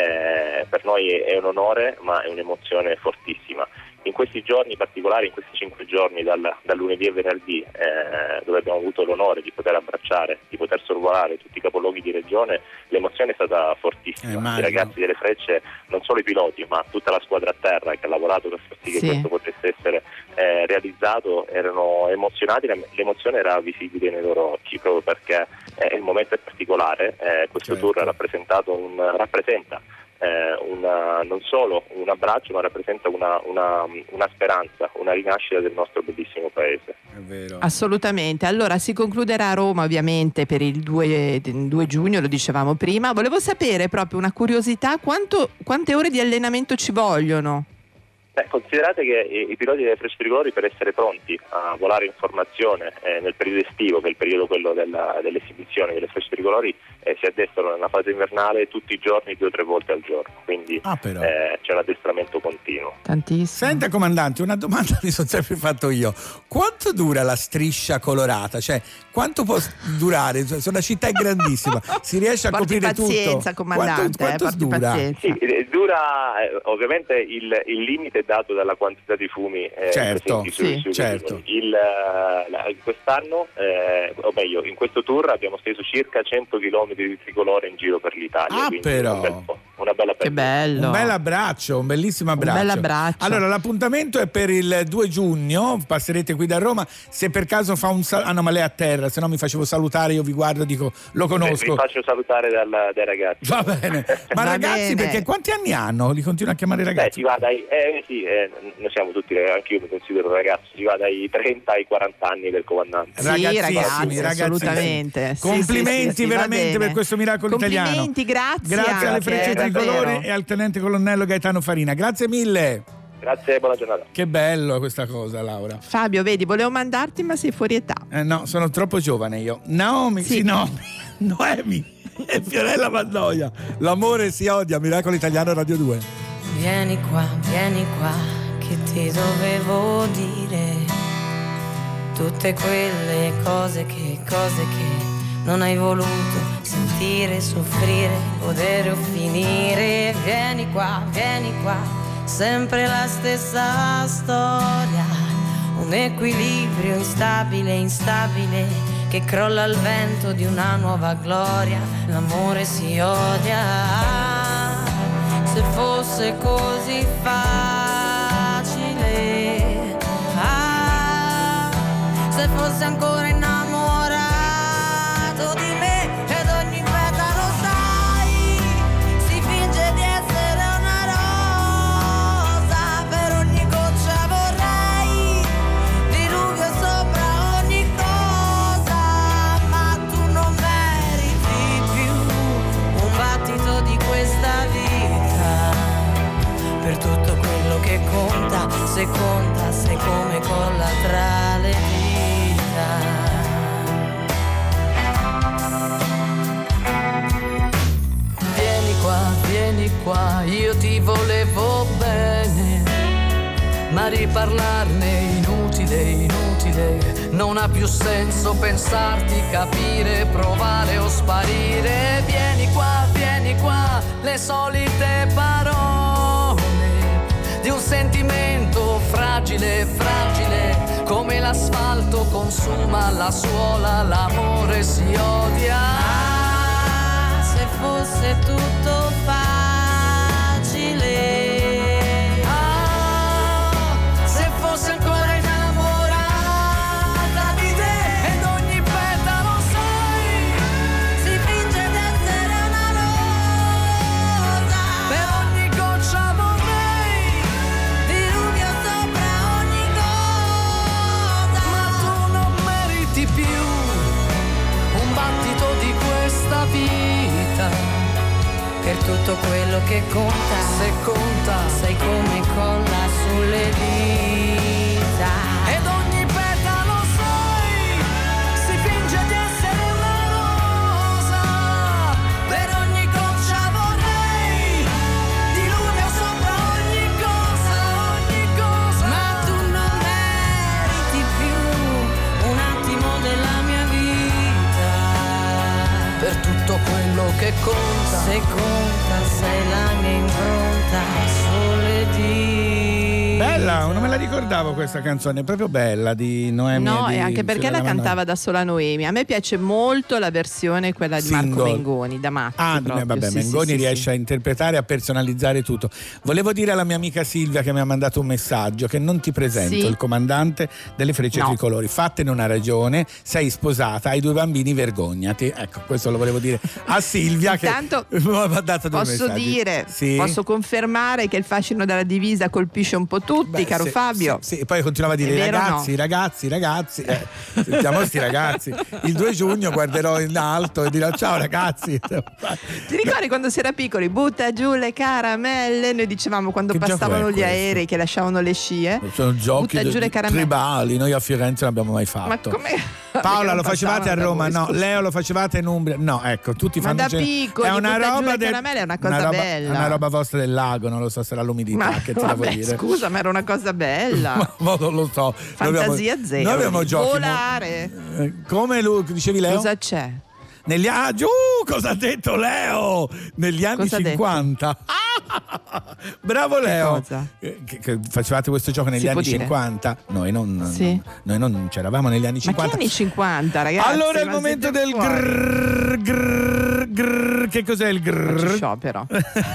eh, per noi è un onore, ma è un'emozione fortissima. In questi giorni particolari, in questi cinque giorni, dal, dal lunedì e venerdì, eh, dove abbiamo avuto l'onore di poter abbracciare, di poter sorvolare tutti i capoluoghi di regione, l'emozione è stata fortissima. Eh, I ragazzi delle Frecce, non solo i piloti, ma tutta la squadra a terra che ha lavorato per far sì che Sì. questo potesse essere eh, realizzato, erano emozionati. L'emozione era visibile nei loro occhi, proprio perché eh, il momento è particolare. Eh, questo Certo. tour ha rappresentato un, rappresenta Eh, una, non solo un abbraccio, ma rappresenta una, una, una speranza, una rinascita del nostro bellissimo paese. È vero. Assolutamente. Allora si concluderà a Roma ovviamente per il due, due giugno, lo dicevamo prima. Volevo sapere, proprio una curiosità, quanto, quante ore di allenamento ci vogliono? Beh, considerate che i, i piloti delle Frecce Tricolori, per essere pronti a volare in formazione eh, nel periodo estivo, che è il periodo quello della, delle esibizioni delle Frecce Tricolori, eh, si addestrano nella fase invernale tutti i giorni, due o tre volte al giorno, quindi Ah, però. eh, c'è un addestramento continuo. Tantissimo. Senta comandante, una domanda mi sono sempre fatto io. Quanto dura la striscia colorata? Cioè, quanto può durare? Cioè, la città è grandissima, si riesce a Porti coprire pazienza, tutto. comandante, Quanto, quanto eh, porti dura? pazienza. Sì, eh, dura eh, ovviamente il, il limite è dato dalla quantità di fumi eh, Certo, presenti sui- sì, sui certo. velivoli. Il, eh, la- quest'anno, eh, o meglio, in questo tour abbiamo steso circa cento chilometri di tricolore in giro per l'Italia. Ah, quindi però. un bel po', una bella Che perla. bello. Un bel abbraccio, un bellissimo abbraccio. bel abbraccio. Allora, l'appuntamento è per il due giugno, passerete qui da Roma. Se per caso fa un saluto, ah no, ma lei è a terra, se no mi facevo salutare, io vi guardo, dico, lo Eh, Vi conosco. faccio salutare dal- dai ragazzi. Va bene. Ma Va ragazzi, bene. perché quanti anni hanno? Li continuo a chiamare Beh, ragazzi? si va dai, eh, sì, eh, noi siamo tutti, anche io mi considero ragazzo, si va dai trenta ai quaranta anni del comandante. Sì, Ragazzissimi, ragazzi, ragazzissimi. assolutamente. Sì, Complimenti sì, sì, sì, va veramente bene. per questo miracolo italiano. Complimenti, grazie. Grazie alle anche, Frecce davvero. Tricolori e al tenente colonnello Gaetano Farina. Grazie mille. Grazie e buona giornata. Che bello questa cosa, Laura. Fabio, vedi, volevo mandarti, ma sei fuori età. Eh, no, sono troppo giovane io. Naomi, sì, Sì. Naomi, Noemi e Fiorella Mannoia. L'amore si odia, Miracolo Italiano Radio due. Vieni qua, vieni qua, che ti dovevo dire tutte quelle cose che, cose che non hai voluto sentire, soffrire, godere o finire. Vieni qua, vieni qua, sempre la stessa storia, un equilibrio instabile, instabile, che crolla al vento di una nuova gloria. L'amore si odia. Se fosse così facile, ah, se fosse ancora innamorato di me, ed ogni petalo sai, si finge di essere una rosa, per ogni goccia vorrei diluvio sopra ogni cosa, ma tu non meriti più un battito di questa vita, per tutto quello che conta, se conta, sei come colla tra le dita. Vieni qua, vieni qua, io ti volevo bene, ma riparlarne inutile, inutile, non ha più senso pensarti, capire, provare o sparire. Vieni qua, vieni qua, le solite parole di un sentimento fragile, fragile, come l'asfalto consuma la suola, l'amore si odia. Ah, se fosse tutto facile, ah, se fosse ancora innamorata di te, ed ogni petalo sai, si finge d'essere una rosa, per ogni goccia vorrei diluvio sopra ogni cosa, ma tu non meriti più un battito di questa vita, per tutto quello che conta, se conta, sei come colla sulle dita, ed ogni petalo sai, si finge di essere una rosa, per ogni goccia vorrei diluvio sopra ogni cosa, ogni cosa, ma tu non meriti più un attimo della mia vita, per tutto quello che conta, se conta, sei la mia impronta sulle dita. Bella, non me la ricordavo questa canzone, è proprio bella, di Noemi. No, e e di anche perché la Fiorella cantava da sola Noemi. A me piace molto la versione, quella di Marco Single. Mengoni, da matti. Ah, proprio. vabbè, Sì, Mengoni sì, sì, riesce sì. a interpretare, a personalizzare tutto. Volevo dire alla mia amica Silvia, che mi ha mandato un messaggio, che non ti presento, Sì. il comandante delle Frecce No. Tricolori. Fattene una ragione, sei sposata, hai due bambini, vergognati. Ecco, questo lo volevo dire a Silvia, che Intanto mi ha mandato due Posso messaggi. dire, Sì. posso confermare che il fascino della divisa colpisce un po' tutti, Beh, caro sì, Fabio. Sì, sì. E poi continuava a dire È vero o ragazzi, no? ragazzi, ragazzi. Eh, sentiamo sti ragazzi. Il due giugno guarderò in alto e dirò ciao ragazzi. Ti ricordi quando si era piccoli? Butta giù le caramelle. Noi dicevamo quando Che gioco passavano è gli questo? aerei che lasciavano le scie. Sono giochi Butta giù le caramelle. tribali, noi a Firenze non abbiamo mai fatto. Ma come? Paola, Perché lo non facevate a passavano da Roma? voi, No. scusa. Leo, lo facevate in Umbria? No, ecco, tutti Ma fanno da genere- piccoli, è una butta giù roba le del- caramelle è una cosa roba- bella. Una roba vostra del lago, non lo so se era l'umidità Ma che ti devo vabbè, dire. scusa, ma era una cosa bella. Ma, ma non lo so. Fantasia Noi abbiamo- zero. Noi abbiamo giochi. mo- Volare. Eh, Come lui, dicevi Leo? Cosa c'è? Negli ah, giù, cosa ha detto Leo? Negli anni Cosa ha detto? cinquanta. Bravo Leo. cosa? Eh, Che, che facevate questo gioco negli Si può anni dire? cinquanta? Noi non, Sì. noi non c'eravamo negli anni Ma che cinquanta. anni cinquanta, ragazzi? Allora è il Ma momento siete del fuori. grrr, grrr, grrr. Che cos'è il grrr? Faccio sciopero.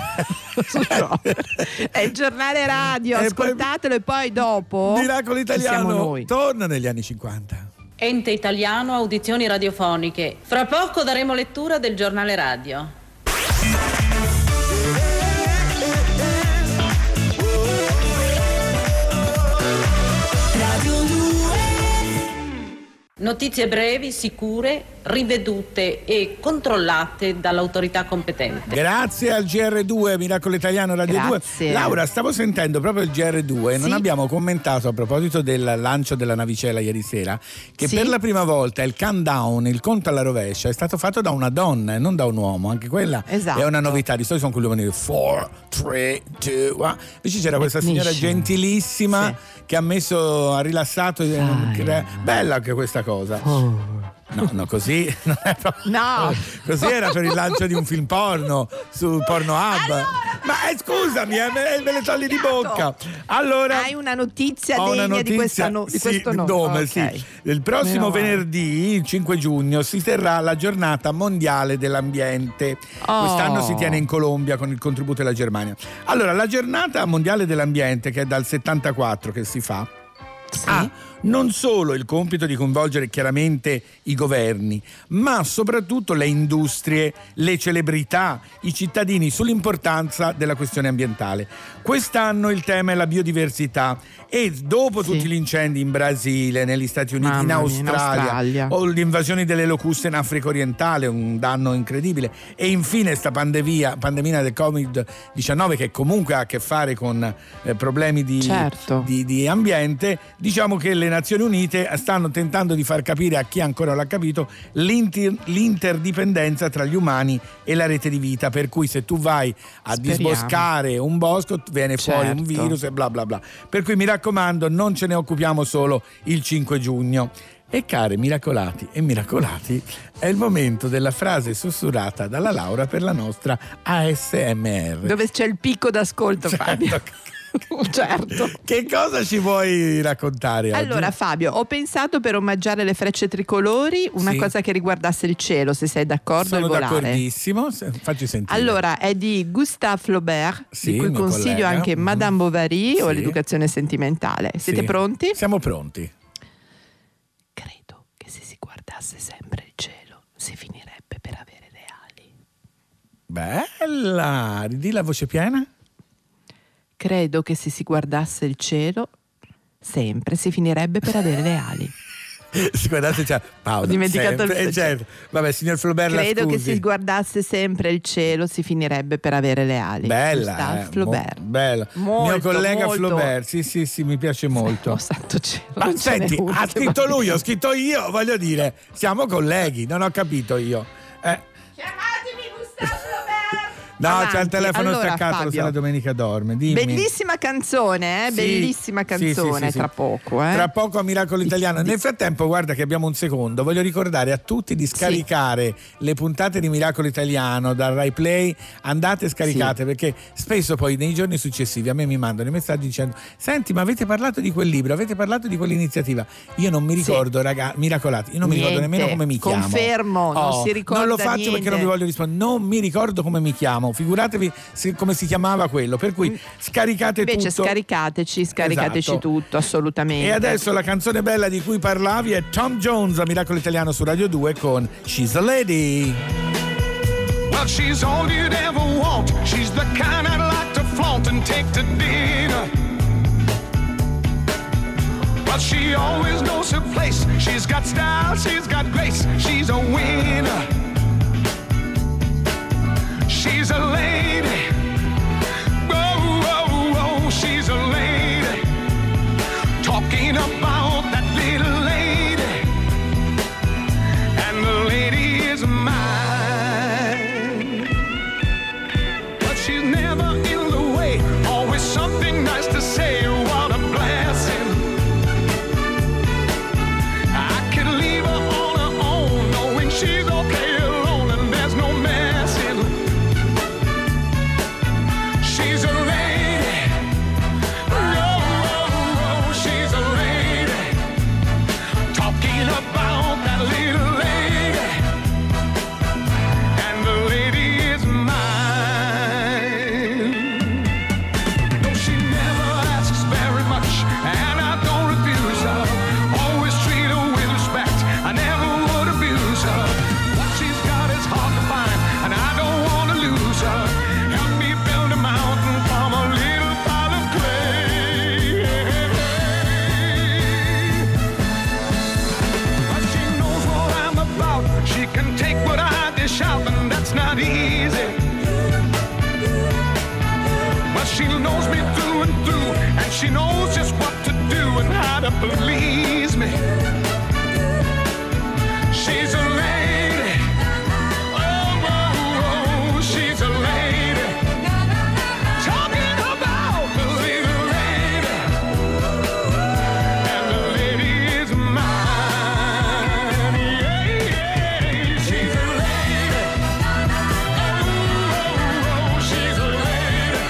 È il giornale radio, E poi- ascoltatelo e poi dopo Miracolo ci siamo Italiano noi. torna negli anni cinquanta. Ente Italiano Audizioni Radiofoniche. Fra poco daremo lettura del giornale radio. Notizie brevi, sicure, rivedute e controllate dall'autorità competente. Grazie al G R due, Miracolo Italiano Radio Grazie. due. Laura, stavo sentendo proprio il G R due, non Sì. abbiamo commentato a proposito del lancio della navicella ieri sera che Sì. per la prima volta il countdown, il conto alla rovescia è stato fatto da una donna e non da un uomo, anche quella Esatto. è una novità. Di solito sono quelli che dire quattro, tre, due, uno. Invece c'era questa signora Finisce. gentilissima Sì. che ha messo, ha rilassato, eh, che- bella anche questa cosa. No, no, così non è proprio- No. Così era per il lancio di un film porno su Pornhub. Ma eh, scusami, eh, me, me le togli di bocca. Allora, hai una notizia ho degna una notizia, di, questa no, di sì, questo nome? nome, Okay. sì. Il prossimo Meno male. venerdì, il cinque giugno, si terrà la giornata mondiale dell'ambiente. Oh. Quest'anno si tiene in Colombia con il contributo della Germania. Allora, la giornata mondiale dell'ambiente, che è dal settantaquattro che si fa, ha non solo il compito di coinvolgere chiaramente i governi, ma soprattutto le industrie, le celebrità, i cittadini sull'importanza della questione ambientale. Quest'anno il tema è la biodiversità e dopo sì. tutti gli incendi in Brasile, negli Stati Uniti, in Mamma Australia, mia, in Australia, o le invasioni delle locuste in Africa orientale, un danno incredibile, e infine sta pandemia, pandemia del covid diciannove che comunque ha a che fare con eh, problemi di, certo. di, di ambiente. Diciamo che le Nazioni Unite stanno tentando di far capire a chi ancora non l'ha capito l'inter, l'interdipendenza tra gli umani e la rete di vita, per cui se tu vai a Speriamo. disboscare un bosco viene Certo. fuori un virus e bla bla bla, per cui mi raccomando, non ce ne occupiamo solo il cinque giugno. E cari miracolati e miracolati, è il momento della frase sussurrata dalla Laura per la nostra A S M R. Dove c'è il picco d'ascolto, Certo. Fabio. Certo. Che cosa ci vuoi raccontare oggi? Allora Fabio, ho pensato per omaggiare le frecce tricolori una Sì. cosa che riguardasse il cielo, se sei d'accordo. Sono e volare. d'accordissimo, se- facci sentire. Allora, è di Gustave Flaubert, Sì, di cui mio consiglio collega. anche Mm. Madame Bovary o Sì. l'educazione sentimentale. Siete Sì. pronti? Siamo pronti. Credo che se si guardasse sempre il cielo si finirebbe per avere le ali. Bella, ridì la voce piena. Credo che se si guardasse il cielo sempre si finirebbe per avere le ali. Guardate, c'è pausa. Ho dimenticato sempre. il- Eh, certo. Vabbè, signor Flaubert, la Credo che scusi. se guardasse sempre il cielo si finirebbe per avere le ali. Bella, Gustave eh, Flaubert. mo- bella. Molto, Mio collega molto. Flaubert, sì, sì, sì, mi piace molto. Oh, santo cielo. Ma non ce n'è senti, uno ha che scritto va lui, bene. ho scritto io, voglio dire, siamo colleghi, non ho capito io. Eh, no, Avanti. c'è il telefono Allora, staccato, Fabio. se la domenica dorme. Dimmi. Bellissima canzone, eh? Sì, Bellissima sì, sì, canzone, sì, sì. tra poco. Eh? Tra poco a Miracolo Italiano. Nel frattempo, guarda che abbiamo un secondo. Voglio ricordare a tutti di scaricare le puntate di Miracolo Italiano dal Rai Play. Andate e scaricate, Sì. perché spesso poi nei giorni successivi a me mi mandano i messaggi dicendo: senti, ma avete parlato di quel libro, avete parlato di quell'iniziativa? Io non mi ricordo, raga, miracolati, io non mi ricordo Niente, nemmeno come mi chiamo. confermo, non si ricorda Non lo faccio niente. perché non vi voglio rispondere. Non mi ricordo come mi chiamo. Figuratevi se- come si chiamava quello. Per cui scaricate Invece tutto. scaricateci, scaricateci Esatto. tutto, assolutamente. E adesso la canzone bella di cui parlavi è Tom Jones a Miracolo Italiano su Radio due con She's a Lady. Well, she's all you'd ever want. She's the kind I'd like to flaunt and take to dinner. But she always knows her place. She's got style, she's got grace. She's a winner. She's a lady. Oh, oh, oh, she's a lady. Talking about that little lady. And the lady is mine. But she's never in the way. Always something nice to say. What a blessing. I could leave her on her own, knowing she's okay alone and there's no messing. She's a lady. Oh, oh, oh, she's a lady. Talking about that little lady. And the lady is mine. No, she never asks very much, and I don't refuse her. Always treat her with respect. I never would abuse her. What she's got is hard to find, and I don't want to lose her. Help me build a mountain from a little pile of clay. But she knows what I'm about. She can take what I dish out, and that's not easy. But she knows me through and through, and she knows just what to do and how to please me. She's a lady. Oh, oh, oh, she's a lady. Talking about the little lady. And the lady is mine. Yeah, yeah, she's a lady. Oh, oh, oh, she's a lady.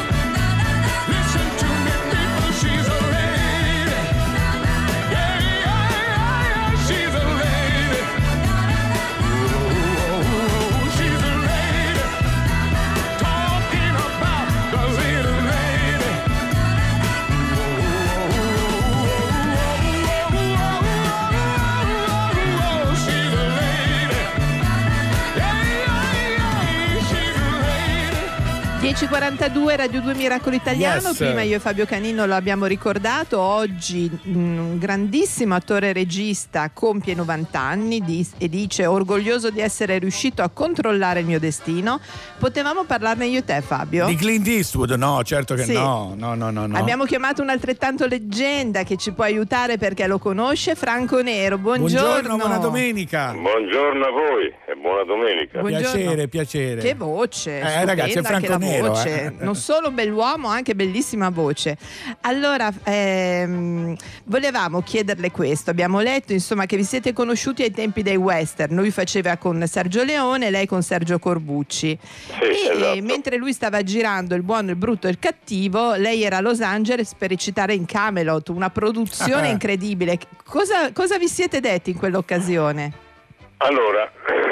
undici e quarantadue, Radio due Miracolo Italiano. Yes. Prima io e Fabio Canino lo abbiamo ricordato. Oggi un grandissimo attore e regista compie novanta anni di, e dice: orgoglioso di essere riuscito a controllare il mio destino. Potevamo parlarne io e te, Fabio? Di Clint Eastwood? No, certo che Sì. no, no, no, no, no. Abbiamo chiamato un altrettanto leggenda che ci può aiutare perché lo conosce, Franco Nero. Buongiorno. Buongiorno, buona domenica. Buongiorno a voi e buona domenica. Buongiorno. Piacere, piacere. Che voce, Eh, ragazzi, è stupenda Franco anche la Nero, voce. eh. Non solo bell'uomo, anche bellissima voce. Allora, ehm, volevamo chiederle questo. Abbiamo letto, insomma, che vi siete conosciuti ai tempi dei western. Lui faceva con Sergio Leone, lei con Sergio Corbucci. Sì, e esatto. mentre lui stava girando Il buono, il brutto e il cattivo, lei era a Los Angeles per recitare in Camelot, una produzione Ah. incredibile. Cosa, cosa vi siete detti in quell'occasione? Allora,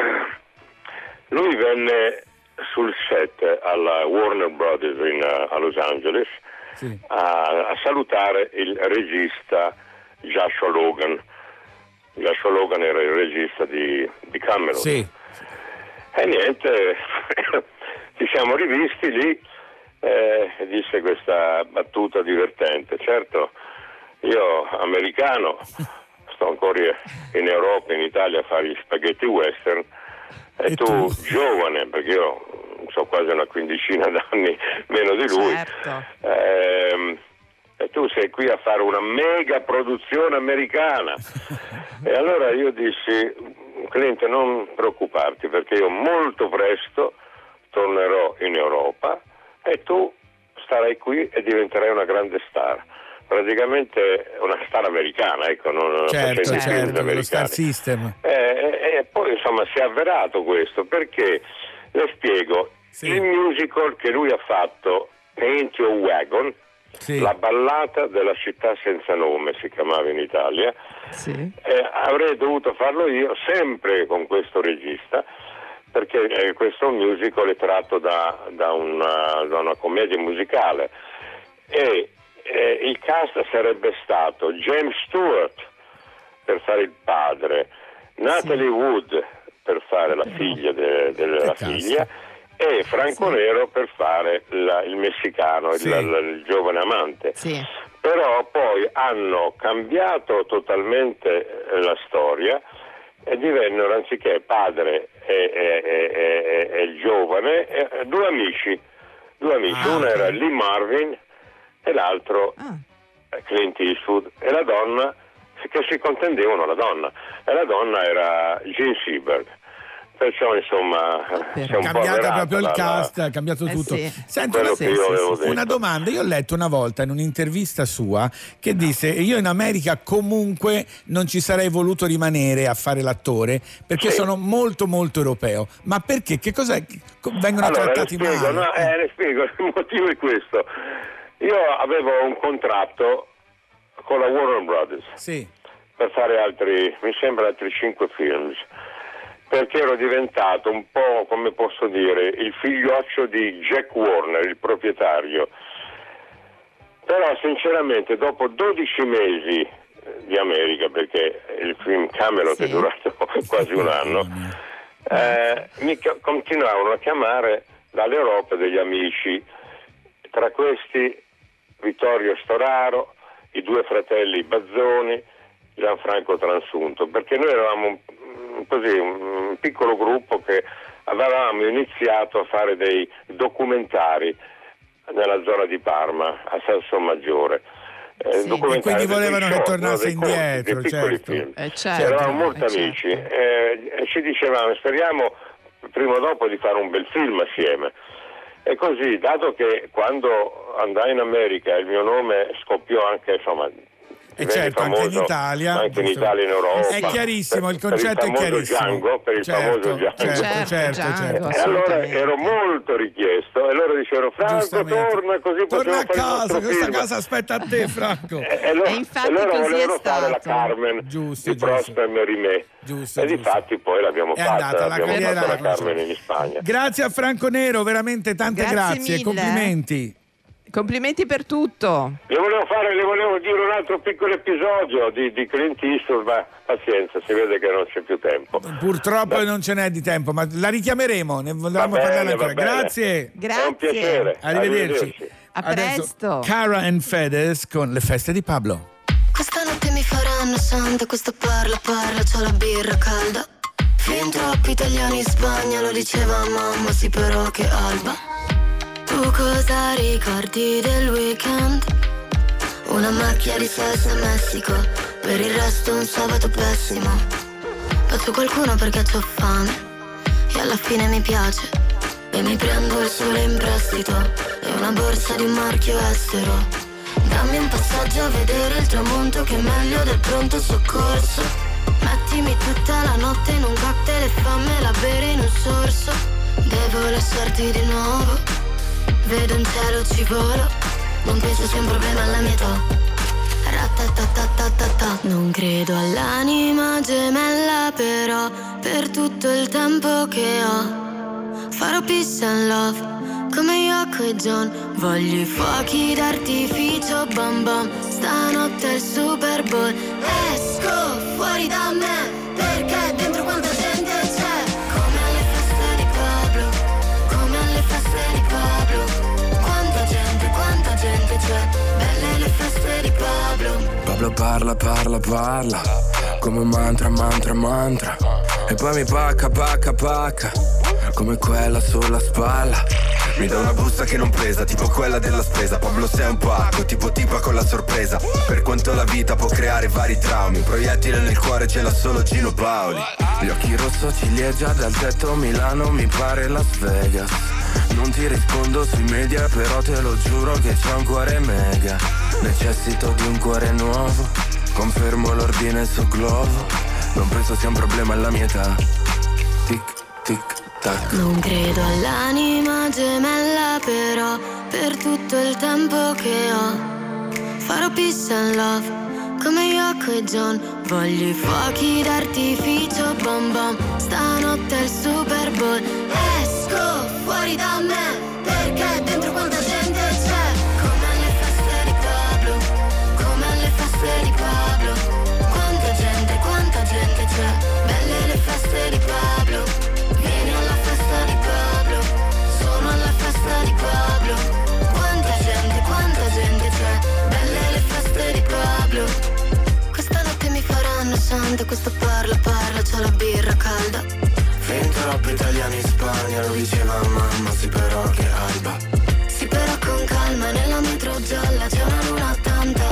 lui venne sul set alla Warner Brothers in, uh, a Los Angeles a, a salutare il regista Joshua Logan. Joshua Logan era il regista di, di Camelot. Sì. E niente, ci siamo rivisti lì eh, e disse questa battuta divertente. Certo, io americano, sto ancora in Europa, in Italia a fare gli spaghetti western, e, e tu, tu giovane, perché io so quasi una quindicina d'anni meno di lui, certo. ehm, e tu sei qui a fare una mega produzione americana. E allora io dissi: Clint, non preoccuparti, perché io molto presto tornerò in Europa e tu starai qui e diventerai una grande star. Praticamente una star americana, ecco, non certo, facendo film certo, lo americani. Star System. E, e, e poi insomma si è avverato questo, perché le spiego, sì. il musical che lui ha fatto, Paint Your Wagon, sì. la ballata della città senza nome si chiamava in Italia, sì. eh, avrei dovuto farlo io sempre con questo regista, perché eh, questo musical è tratto da, da, una, da una commedia musicale e eh, il cast sarebbe stato James Stewart per fare il padre, Natalie sì. Wood per fare la figlia de, de, della figlia e Franco sì. Nero per fare la, il messicano, sì. il, il, il giovane amante. Sì. Però poi hanno cambiato totalmente la storia e divennero, anziché padre e, e, e, e il giovane, e, due amici. Due amici, ah, uno okay. era Lee Marvin e l'altro ah. Clint Eastwood, e la donna, che si contendevano la donna, e la donna era Gene Seberg. Perciò insomma è cambiato proprio il cast, ha cambiato eh tutto. sì. Senti, una, sì, sì, una domanda, io ho letto una volta in un'intervista sua che disse: io in America comunque non ci sarei voluto rimanere a fare l'attore perché sì. sono molto molto europeo. Ma perché? Che cos'è? Vengono allora, trattati le spiego, male? No, eh, le spiego, il motivo è questo. Io avevo un contratto con la Warner Brothers sì. per fare altri, mi sembra altri cinque film, perché ero diventato un po', come posso dire, il figlioccio di Jack Warner, il proprietario. Però sinceramente dopo dodici mesi di America, perché il film Camelot sì. è durato quasi un anno, eh, mi continuavano a chiamare dall'Europa degli amici, tra questi Vittorio Storaro, i due fratelli Bazzoni, Gianfranco Transunto, perché noi eravamo così un piccolo gruppo che avevamo iniziato a fare dei documentari nella zona di Parma, a Salsomaggiore. Eh, sì, e quindi volevano che tornasse no, indietro, corti, certo. Eh, certo. Eravamo molto eh, amici certo. eh, e ci dicevamo: speriamo prima o dopo di fare un bel film assieme. E così, dato che quando andai in America il mio nome scoppiò anche, insomma, e certo, famoso, anche in Italia, anche in Italia e in Europa. È chiarissimo, per, il concetto per il è chiarissimo. Django, per il certo, famoso Django. Certo, certo, certo, Django, certo. E allora ero molto richiesto e loro dicevano: Franco, torna, così torna possiamo a fare casa, il nostro questa film. casa aspetta a te, Franco. E, e, loro, e infatti e loro così volevano è fare la stato. Carmen Giusto, di Prosper Mérimée. Giusto, e giusto. difatti poi l'abbiamo È fatta, andata la l'abbiamo carriera, fatta la la Carmen in Spagna. Grazie a Franco Nero, veramente tante Grazie grazie, mille. complimenti. complimenti per tutto. Le volevo fare, le volevo dire un altro piccolo episodio di, di Clint Eastwood, ma pazienza, si vede che non c'è più tempo. Purtroppo non ce n'è di tempo, ma la richiameremo, ne volevamo Va bene, parlare ancora. va bene. Grazie. Grazie. È un piacere. Arrivederci. A Adesso presto. Cara and Fedez con Le feste di Pablo. Questa notte mi faranno santa, questo parla parla, c'ho la birra calda. Fin troppi italiani in Spagna, lo diceva mamma, sì però che alba. Tu cosa ricordi del weekend? Una macchia di salsa a Messico, per il resto un sabato pessimo. Faccio qualcuno perché c'ho fame, e alla fine mi piace. E mi prendo il sole in prestito, e una borsa di un marchio estero. Dammi un passaggio a vedere il tramonto, che è meglio del pronto soccorso. Mettimi tutta la notte in un cocktail e fammela bere in un sorso. Devo lasciarti di nuovo, vedo un cielo ci volo. Non penso sia un problema alla mia età. Ratatatatata. Non credo all'anima gemella, però per tutto il tempo che ho farò peace and love come Yoko e John. Voglio i fuochi d'artificio, bam bam. Stanotte è il Super Bowl. Esco fuori da me, perché dentro quanta gente c'è. Come alle feste di Pablo, come alle feste di Pablo. Quanta gente, quanta gente c'è. Belle le feste di Pablo. Pablo parla, parla, parla, come un mantra, mantra, mantra. E poi mi pacca, pacca, pacca, come quella sulla spalla. Mi dà una busta che non pesa, tipo quella della spesa. Pablo sei un pacco, tipo tipa con la sorpresa. Per quanto la vita può creare vari traumi, un proiettile nel cuore ce l'ha solo Gino Paoli. Gli occhi rosso ciliegia dal tetto Milano, mi pare Las Vegas. Non ti rispondo sui media, però te lo giuro che c'ho un cuore mega. Necessito di un cuore nuovo, confermo l'ordine su Glovo. Non penso sia un problema alla mia età. Tic, tic, tac. Non credo all'anima gemella, però per tutto il tempo che ho farò peace and love come Yoko e John. Voglio i fuochi d'artificio, bam bam. Stanotte è il Super Bowl. Esco fuori da me, perché dentro quanta gente c'è. Come alle feste di Pablo, come alle feste di Pablo. Quanta gente, quanta gente c'è. Belle le feste di Pablo. Vieni alla festa di Pablo, sono alla festa di Pablo. Quanta gente, quanta gente c'è. Belle le feste di Pablo. Questa notte mi faranno santa, questo parla parla, c'ho la birra calda. Fin troppi italiani in Spagna, lo diceva mamma, sì però che alba. Sì però con calma, nella metro gialla c'è una luna tanta.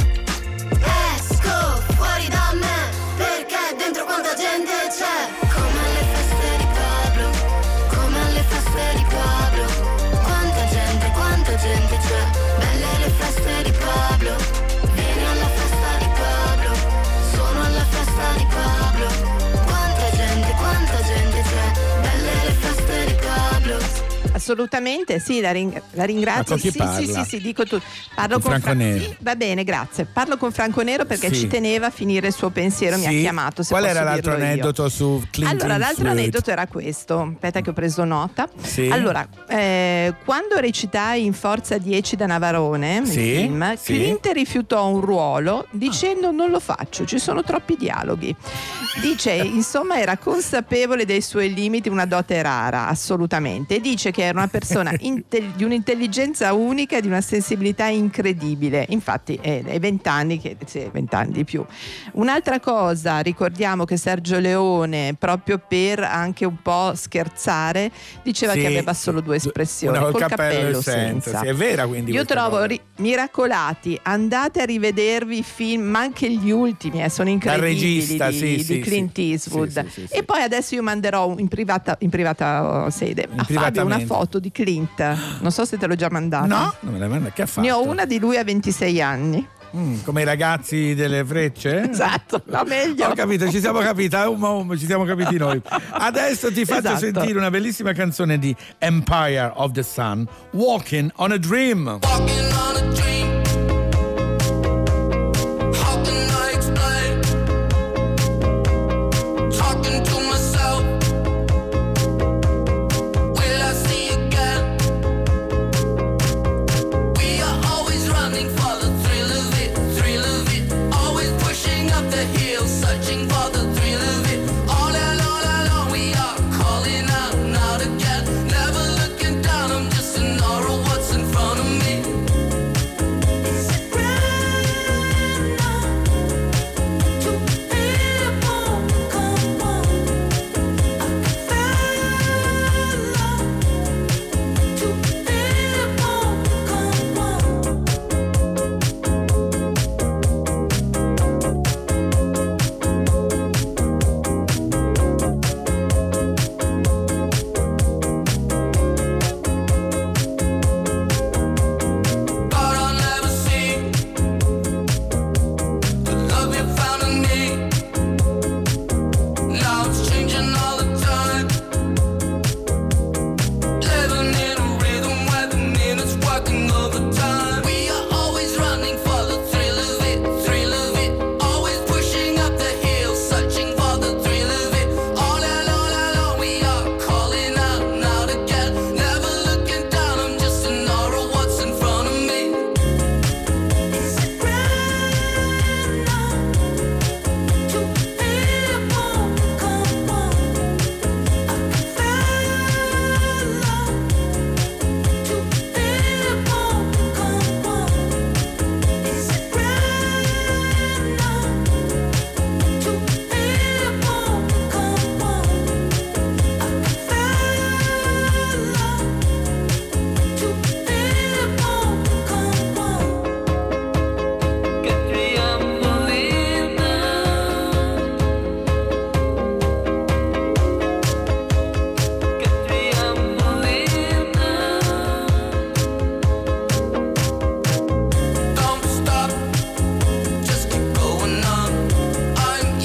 Esco fuori da me, perché dentro quanta gente c'è. Come alle feste di Pablo, come alle feste di Pablo. Quanta gente, quanta gente c'è. Belle le feste di Pablo. Vieni alla festa di Pablo, sono alla festa di Pablo. Quanta gente, quanta gente c'è. Belle le feste di Pablo. Assolutamente, sì, la, ring- la ringrazio. Ma con chi sì, parla? sì, sì, sì, dico tu. Parlo Con con, Franco Fra- Nero. Sì, va bene, grazie. Parlo con Franco Nero perché Sì. ci teneva a finire il suo pensiero, mi ha Sì. chiamato. Se Qual posso era l'altro dirlo io. aneddoto su Clint Allora, l'altro Eastwood? aneddoto era questo. Aspetta che ho preso nota. Sì. Allora, eh, quando recitai in Forza dieci da Navarone, nel Sì, film, sì. Clint rifiutò un ruolo dicendo non lo faccio, ci sono troppi dialoghi. Dice, insomma, era consapevole dei suoi limiti, una dote rara, assolutamente. E dice che era una persona inte- di un'intelligenza unica e di una sensibilità incredibile. Infatti è è vent'anni che sì, vent'anni di più. Un'altra cosa, ricordiamo che Sergio Leone, proprio per anche un po' scherzare, diceva Sì, che aveva sì. solo due espressioni, Una col col cappello, cappello e senza. senza. Sì, è vera, quindi Io questa trovo cosa. ri- miracolati, andate a rivedervi i film, ma anche gli ultimi, eh, sono incredibili regista, di, sì, di sì, Clint sì. Eastwood. Sì, sì, sì, sì. E poi adesso io manderò in privata, in privata sede a Fabio una privatamente. foto di Clint. Non so se te l'ho già mandata. No, non me la manda. Che ha fatto? Ne ho una di lui a ventisei anni. Mm, come i ragazzi delle frecce? Esatto, la meglio. Ho capito, ci siamo capiti, um, um, ci siamo capiti noi. Adesso ti faccio Esatto. sentire una bellissima canzone di Empire of the Sun, Walking on a Dream. Walking on a dream. How can I explain? Talking to myself. Will I see again? We are all searching for the thrill of it. All alone, all alone, we are calling out now to get. Never looking down, I'm just an aura of what's in front of me. Is it right now to feel it won't come on? I can feel love to feel it won't come on. Thought I'll never see the love you found in me. Now it's changing all the time. Living in a rhythm where the minutes working overtime. We are always running for the thrill of it, thrill of it. Always pushing up the hill, searching for the thrill of it. All alone, alone, we are calling out now to get. Never looking down, I'm just an aura of what's in front of me. Is it right now to feel it won't come on? I can feel love to feel it won't come on. Is it right now to feel it won't come on? I can feel love to feel it won't come on. Che trionfo in Che trionfo in Don't stop, just keep going on. I'm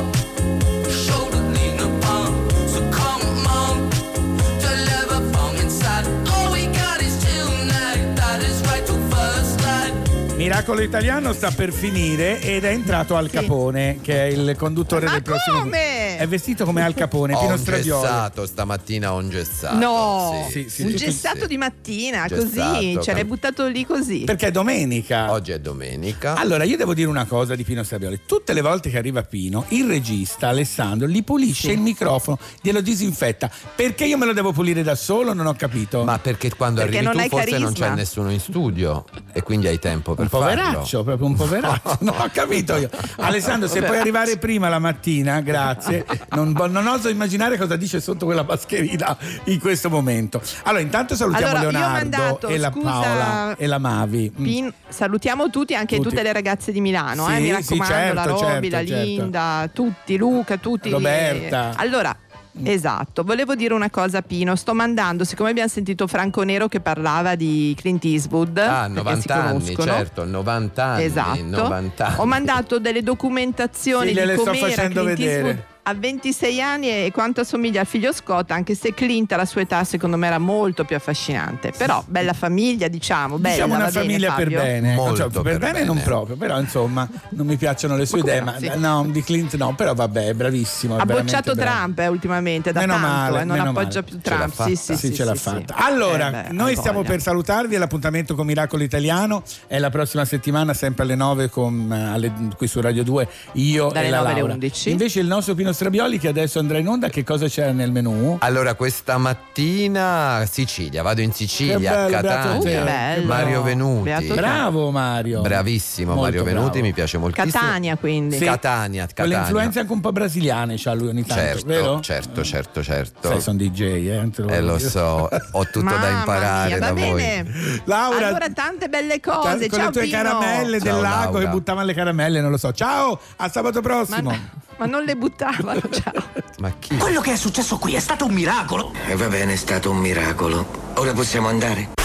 your shoulder lean upon. So come on, deliver from inside. All we got is tonight. That is right to first light. Miracolo Italiano sta per finire ed è entrato Al Capone, che è il conduttore del prossimo. come? È vestito come Al Capone, Ho Pino un Stradiolo. gessato stamattina, ho un gessato. No, Sì, sì, un sì, gessato sì. di mattina, Gessato, così, ce l'hai cam- buttato lì così. Perché è domenica. Oggi è domenica. Allora, io devo dire una cosa di Pino Stradioli. Tutte le volte che arriva Pino, il regista Alessandro gli pulisce il microfono, glielo disinfetta. Perché io me lo devo pulire da solo? Non ho capito. Ma perché quando Perché arrivi non tu hai forse non carisma. c'è nessuno in studio e quindi hai tempo per Un farlo. poveraccio, proprio un poveraccio. Non ho capito io. Alessandro, se puoi arrivare prima la mattina, grazie. Non, non oso immaginare cosa dice sotto quella mascherina in questo momento. Allora, intanto salutiamo Allora, io ho Leonardo mandato, e la scusa, Paola e la Mavi. Mm. Pin- salutiamo tutti, anche Tutti. tutte le ragazze di Milano, Sì, eh, mi sì, raccomando, certo, la Roby, certo, la certo. Linda, tutti, Luca, tutti. Roberta. Allora, esatto, volevo dire una cosa, Pino, sto mandando, siccome abbiamo sentito Franco Nero che parlava di Clint Eastwood, Ah, perché si novanta anni, conoscono. certo, novanta anni. Esatto. novanta anni. Ho mandato delle documentazioni Sì, di gliele sto com'era facendo Clint vedere. Eastwood a ventisei anni e quanto assomiglia al figlio Scott, anche se Clint alla sua età secondo me era molto più affascinante. Però bella famiglia, diciamo, bella, Diciamo una va bene, famiglia per Fabio? bene, Molto Cioè, per, per bene, bene. non proprio, però insomma non mi piacciono le sue Ma come idee, no? ma Sì. no, di Clint no, però vabbè, è bravissimo. È Ha veramente bocciato bravo. Trump eh, ultimamente, da Meno tanto, male, eh, non meno appoggia male. più Ce l'ha Trump. fatta. Sì, sì, Sì, sì, ce l'ha sì, fatta. sì. Allora, Eh beh, noi hai stiamo voglia. per salutarvi, l'appuntamento con Miracolo Italiano è la prossima settimana, sempre alle nove con, eh, alle- qui su Radio due, io Dalle e la nove alle Laura. undici. Invece il nostro Pino Strabioli, che adesso andrà in onda, che cosa c'era nel menù? Allora, questa mattina Sicilia, vado in Sicilia, Che a bello, beato Catania. te, che bello. Mario Venuti. Beato te. Bravo Mario. Bravissimo Molto Mario Venuti, bravo. mi piace moltissimo. Catania, quindi. Sì. Catania, Quelle Catania. influenze anche un po' brasiliane c'ha lui ogni tanto, Certo, vero? certo, certo, certo. Sai, sono D J, eh? non te Eh, voglio lo dire. so, ho tutto da Mamma imparare mia, da va voi. bene. Laura, Allora, tante belle con cose. Ciao le tue Pino. caramelle del Ciao, lago Laura. che buttavano le caramelle, non lo so. Ciao, a sabato Ma, prossimo. ma non le buttavano, ciao. Ma chi? Quello che è successo qui è stato un miracolo. E va bene, è stato un miracolo. Ora possiamo andare?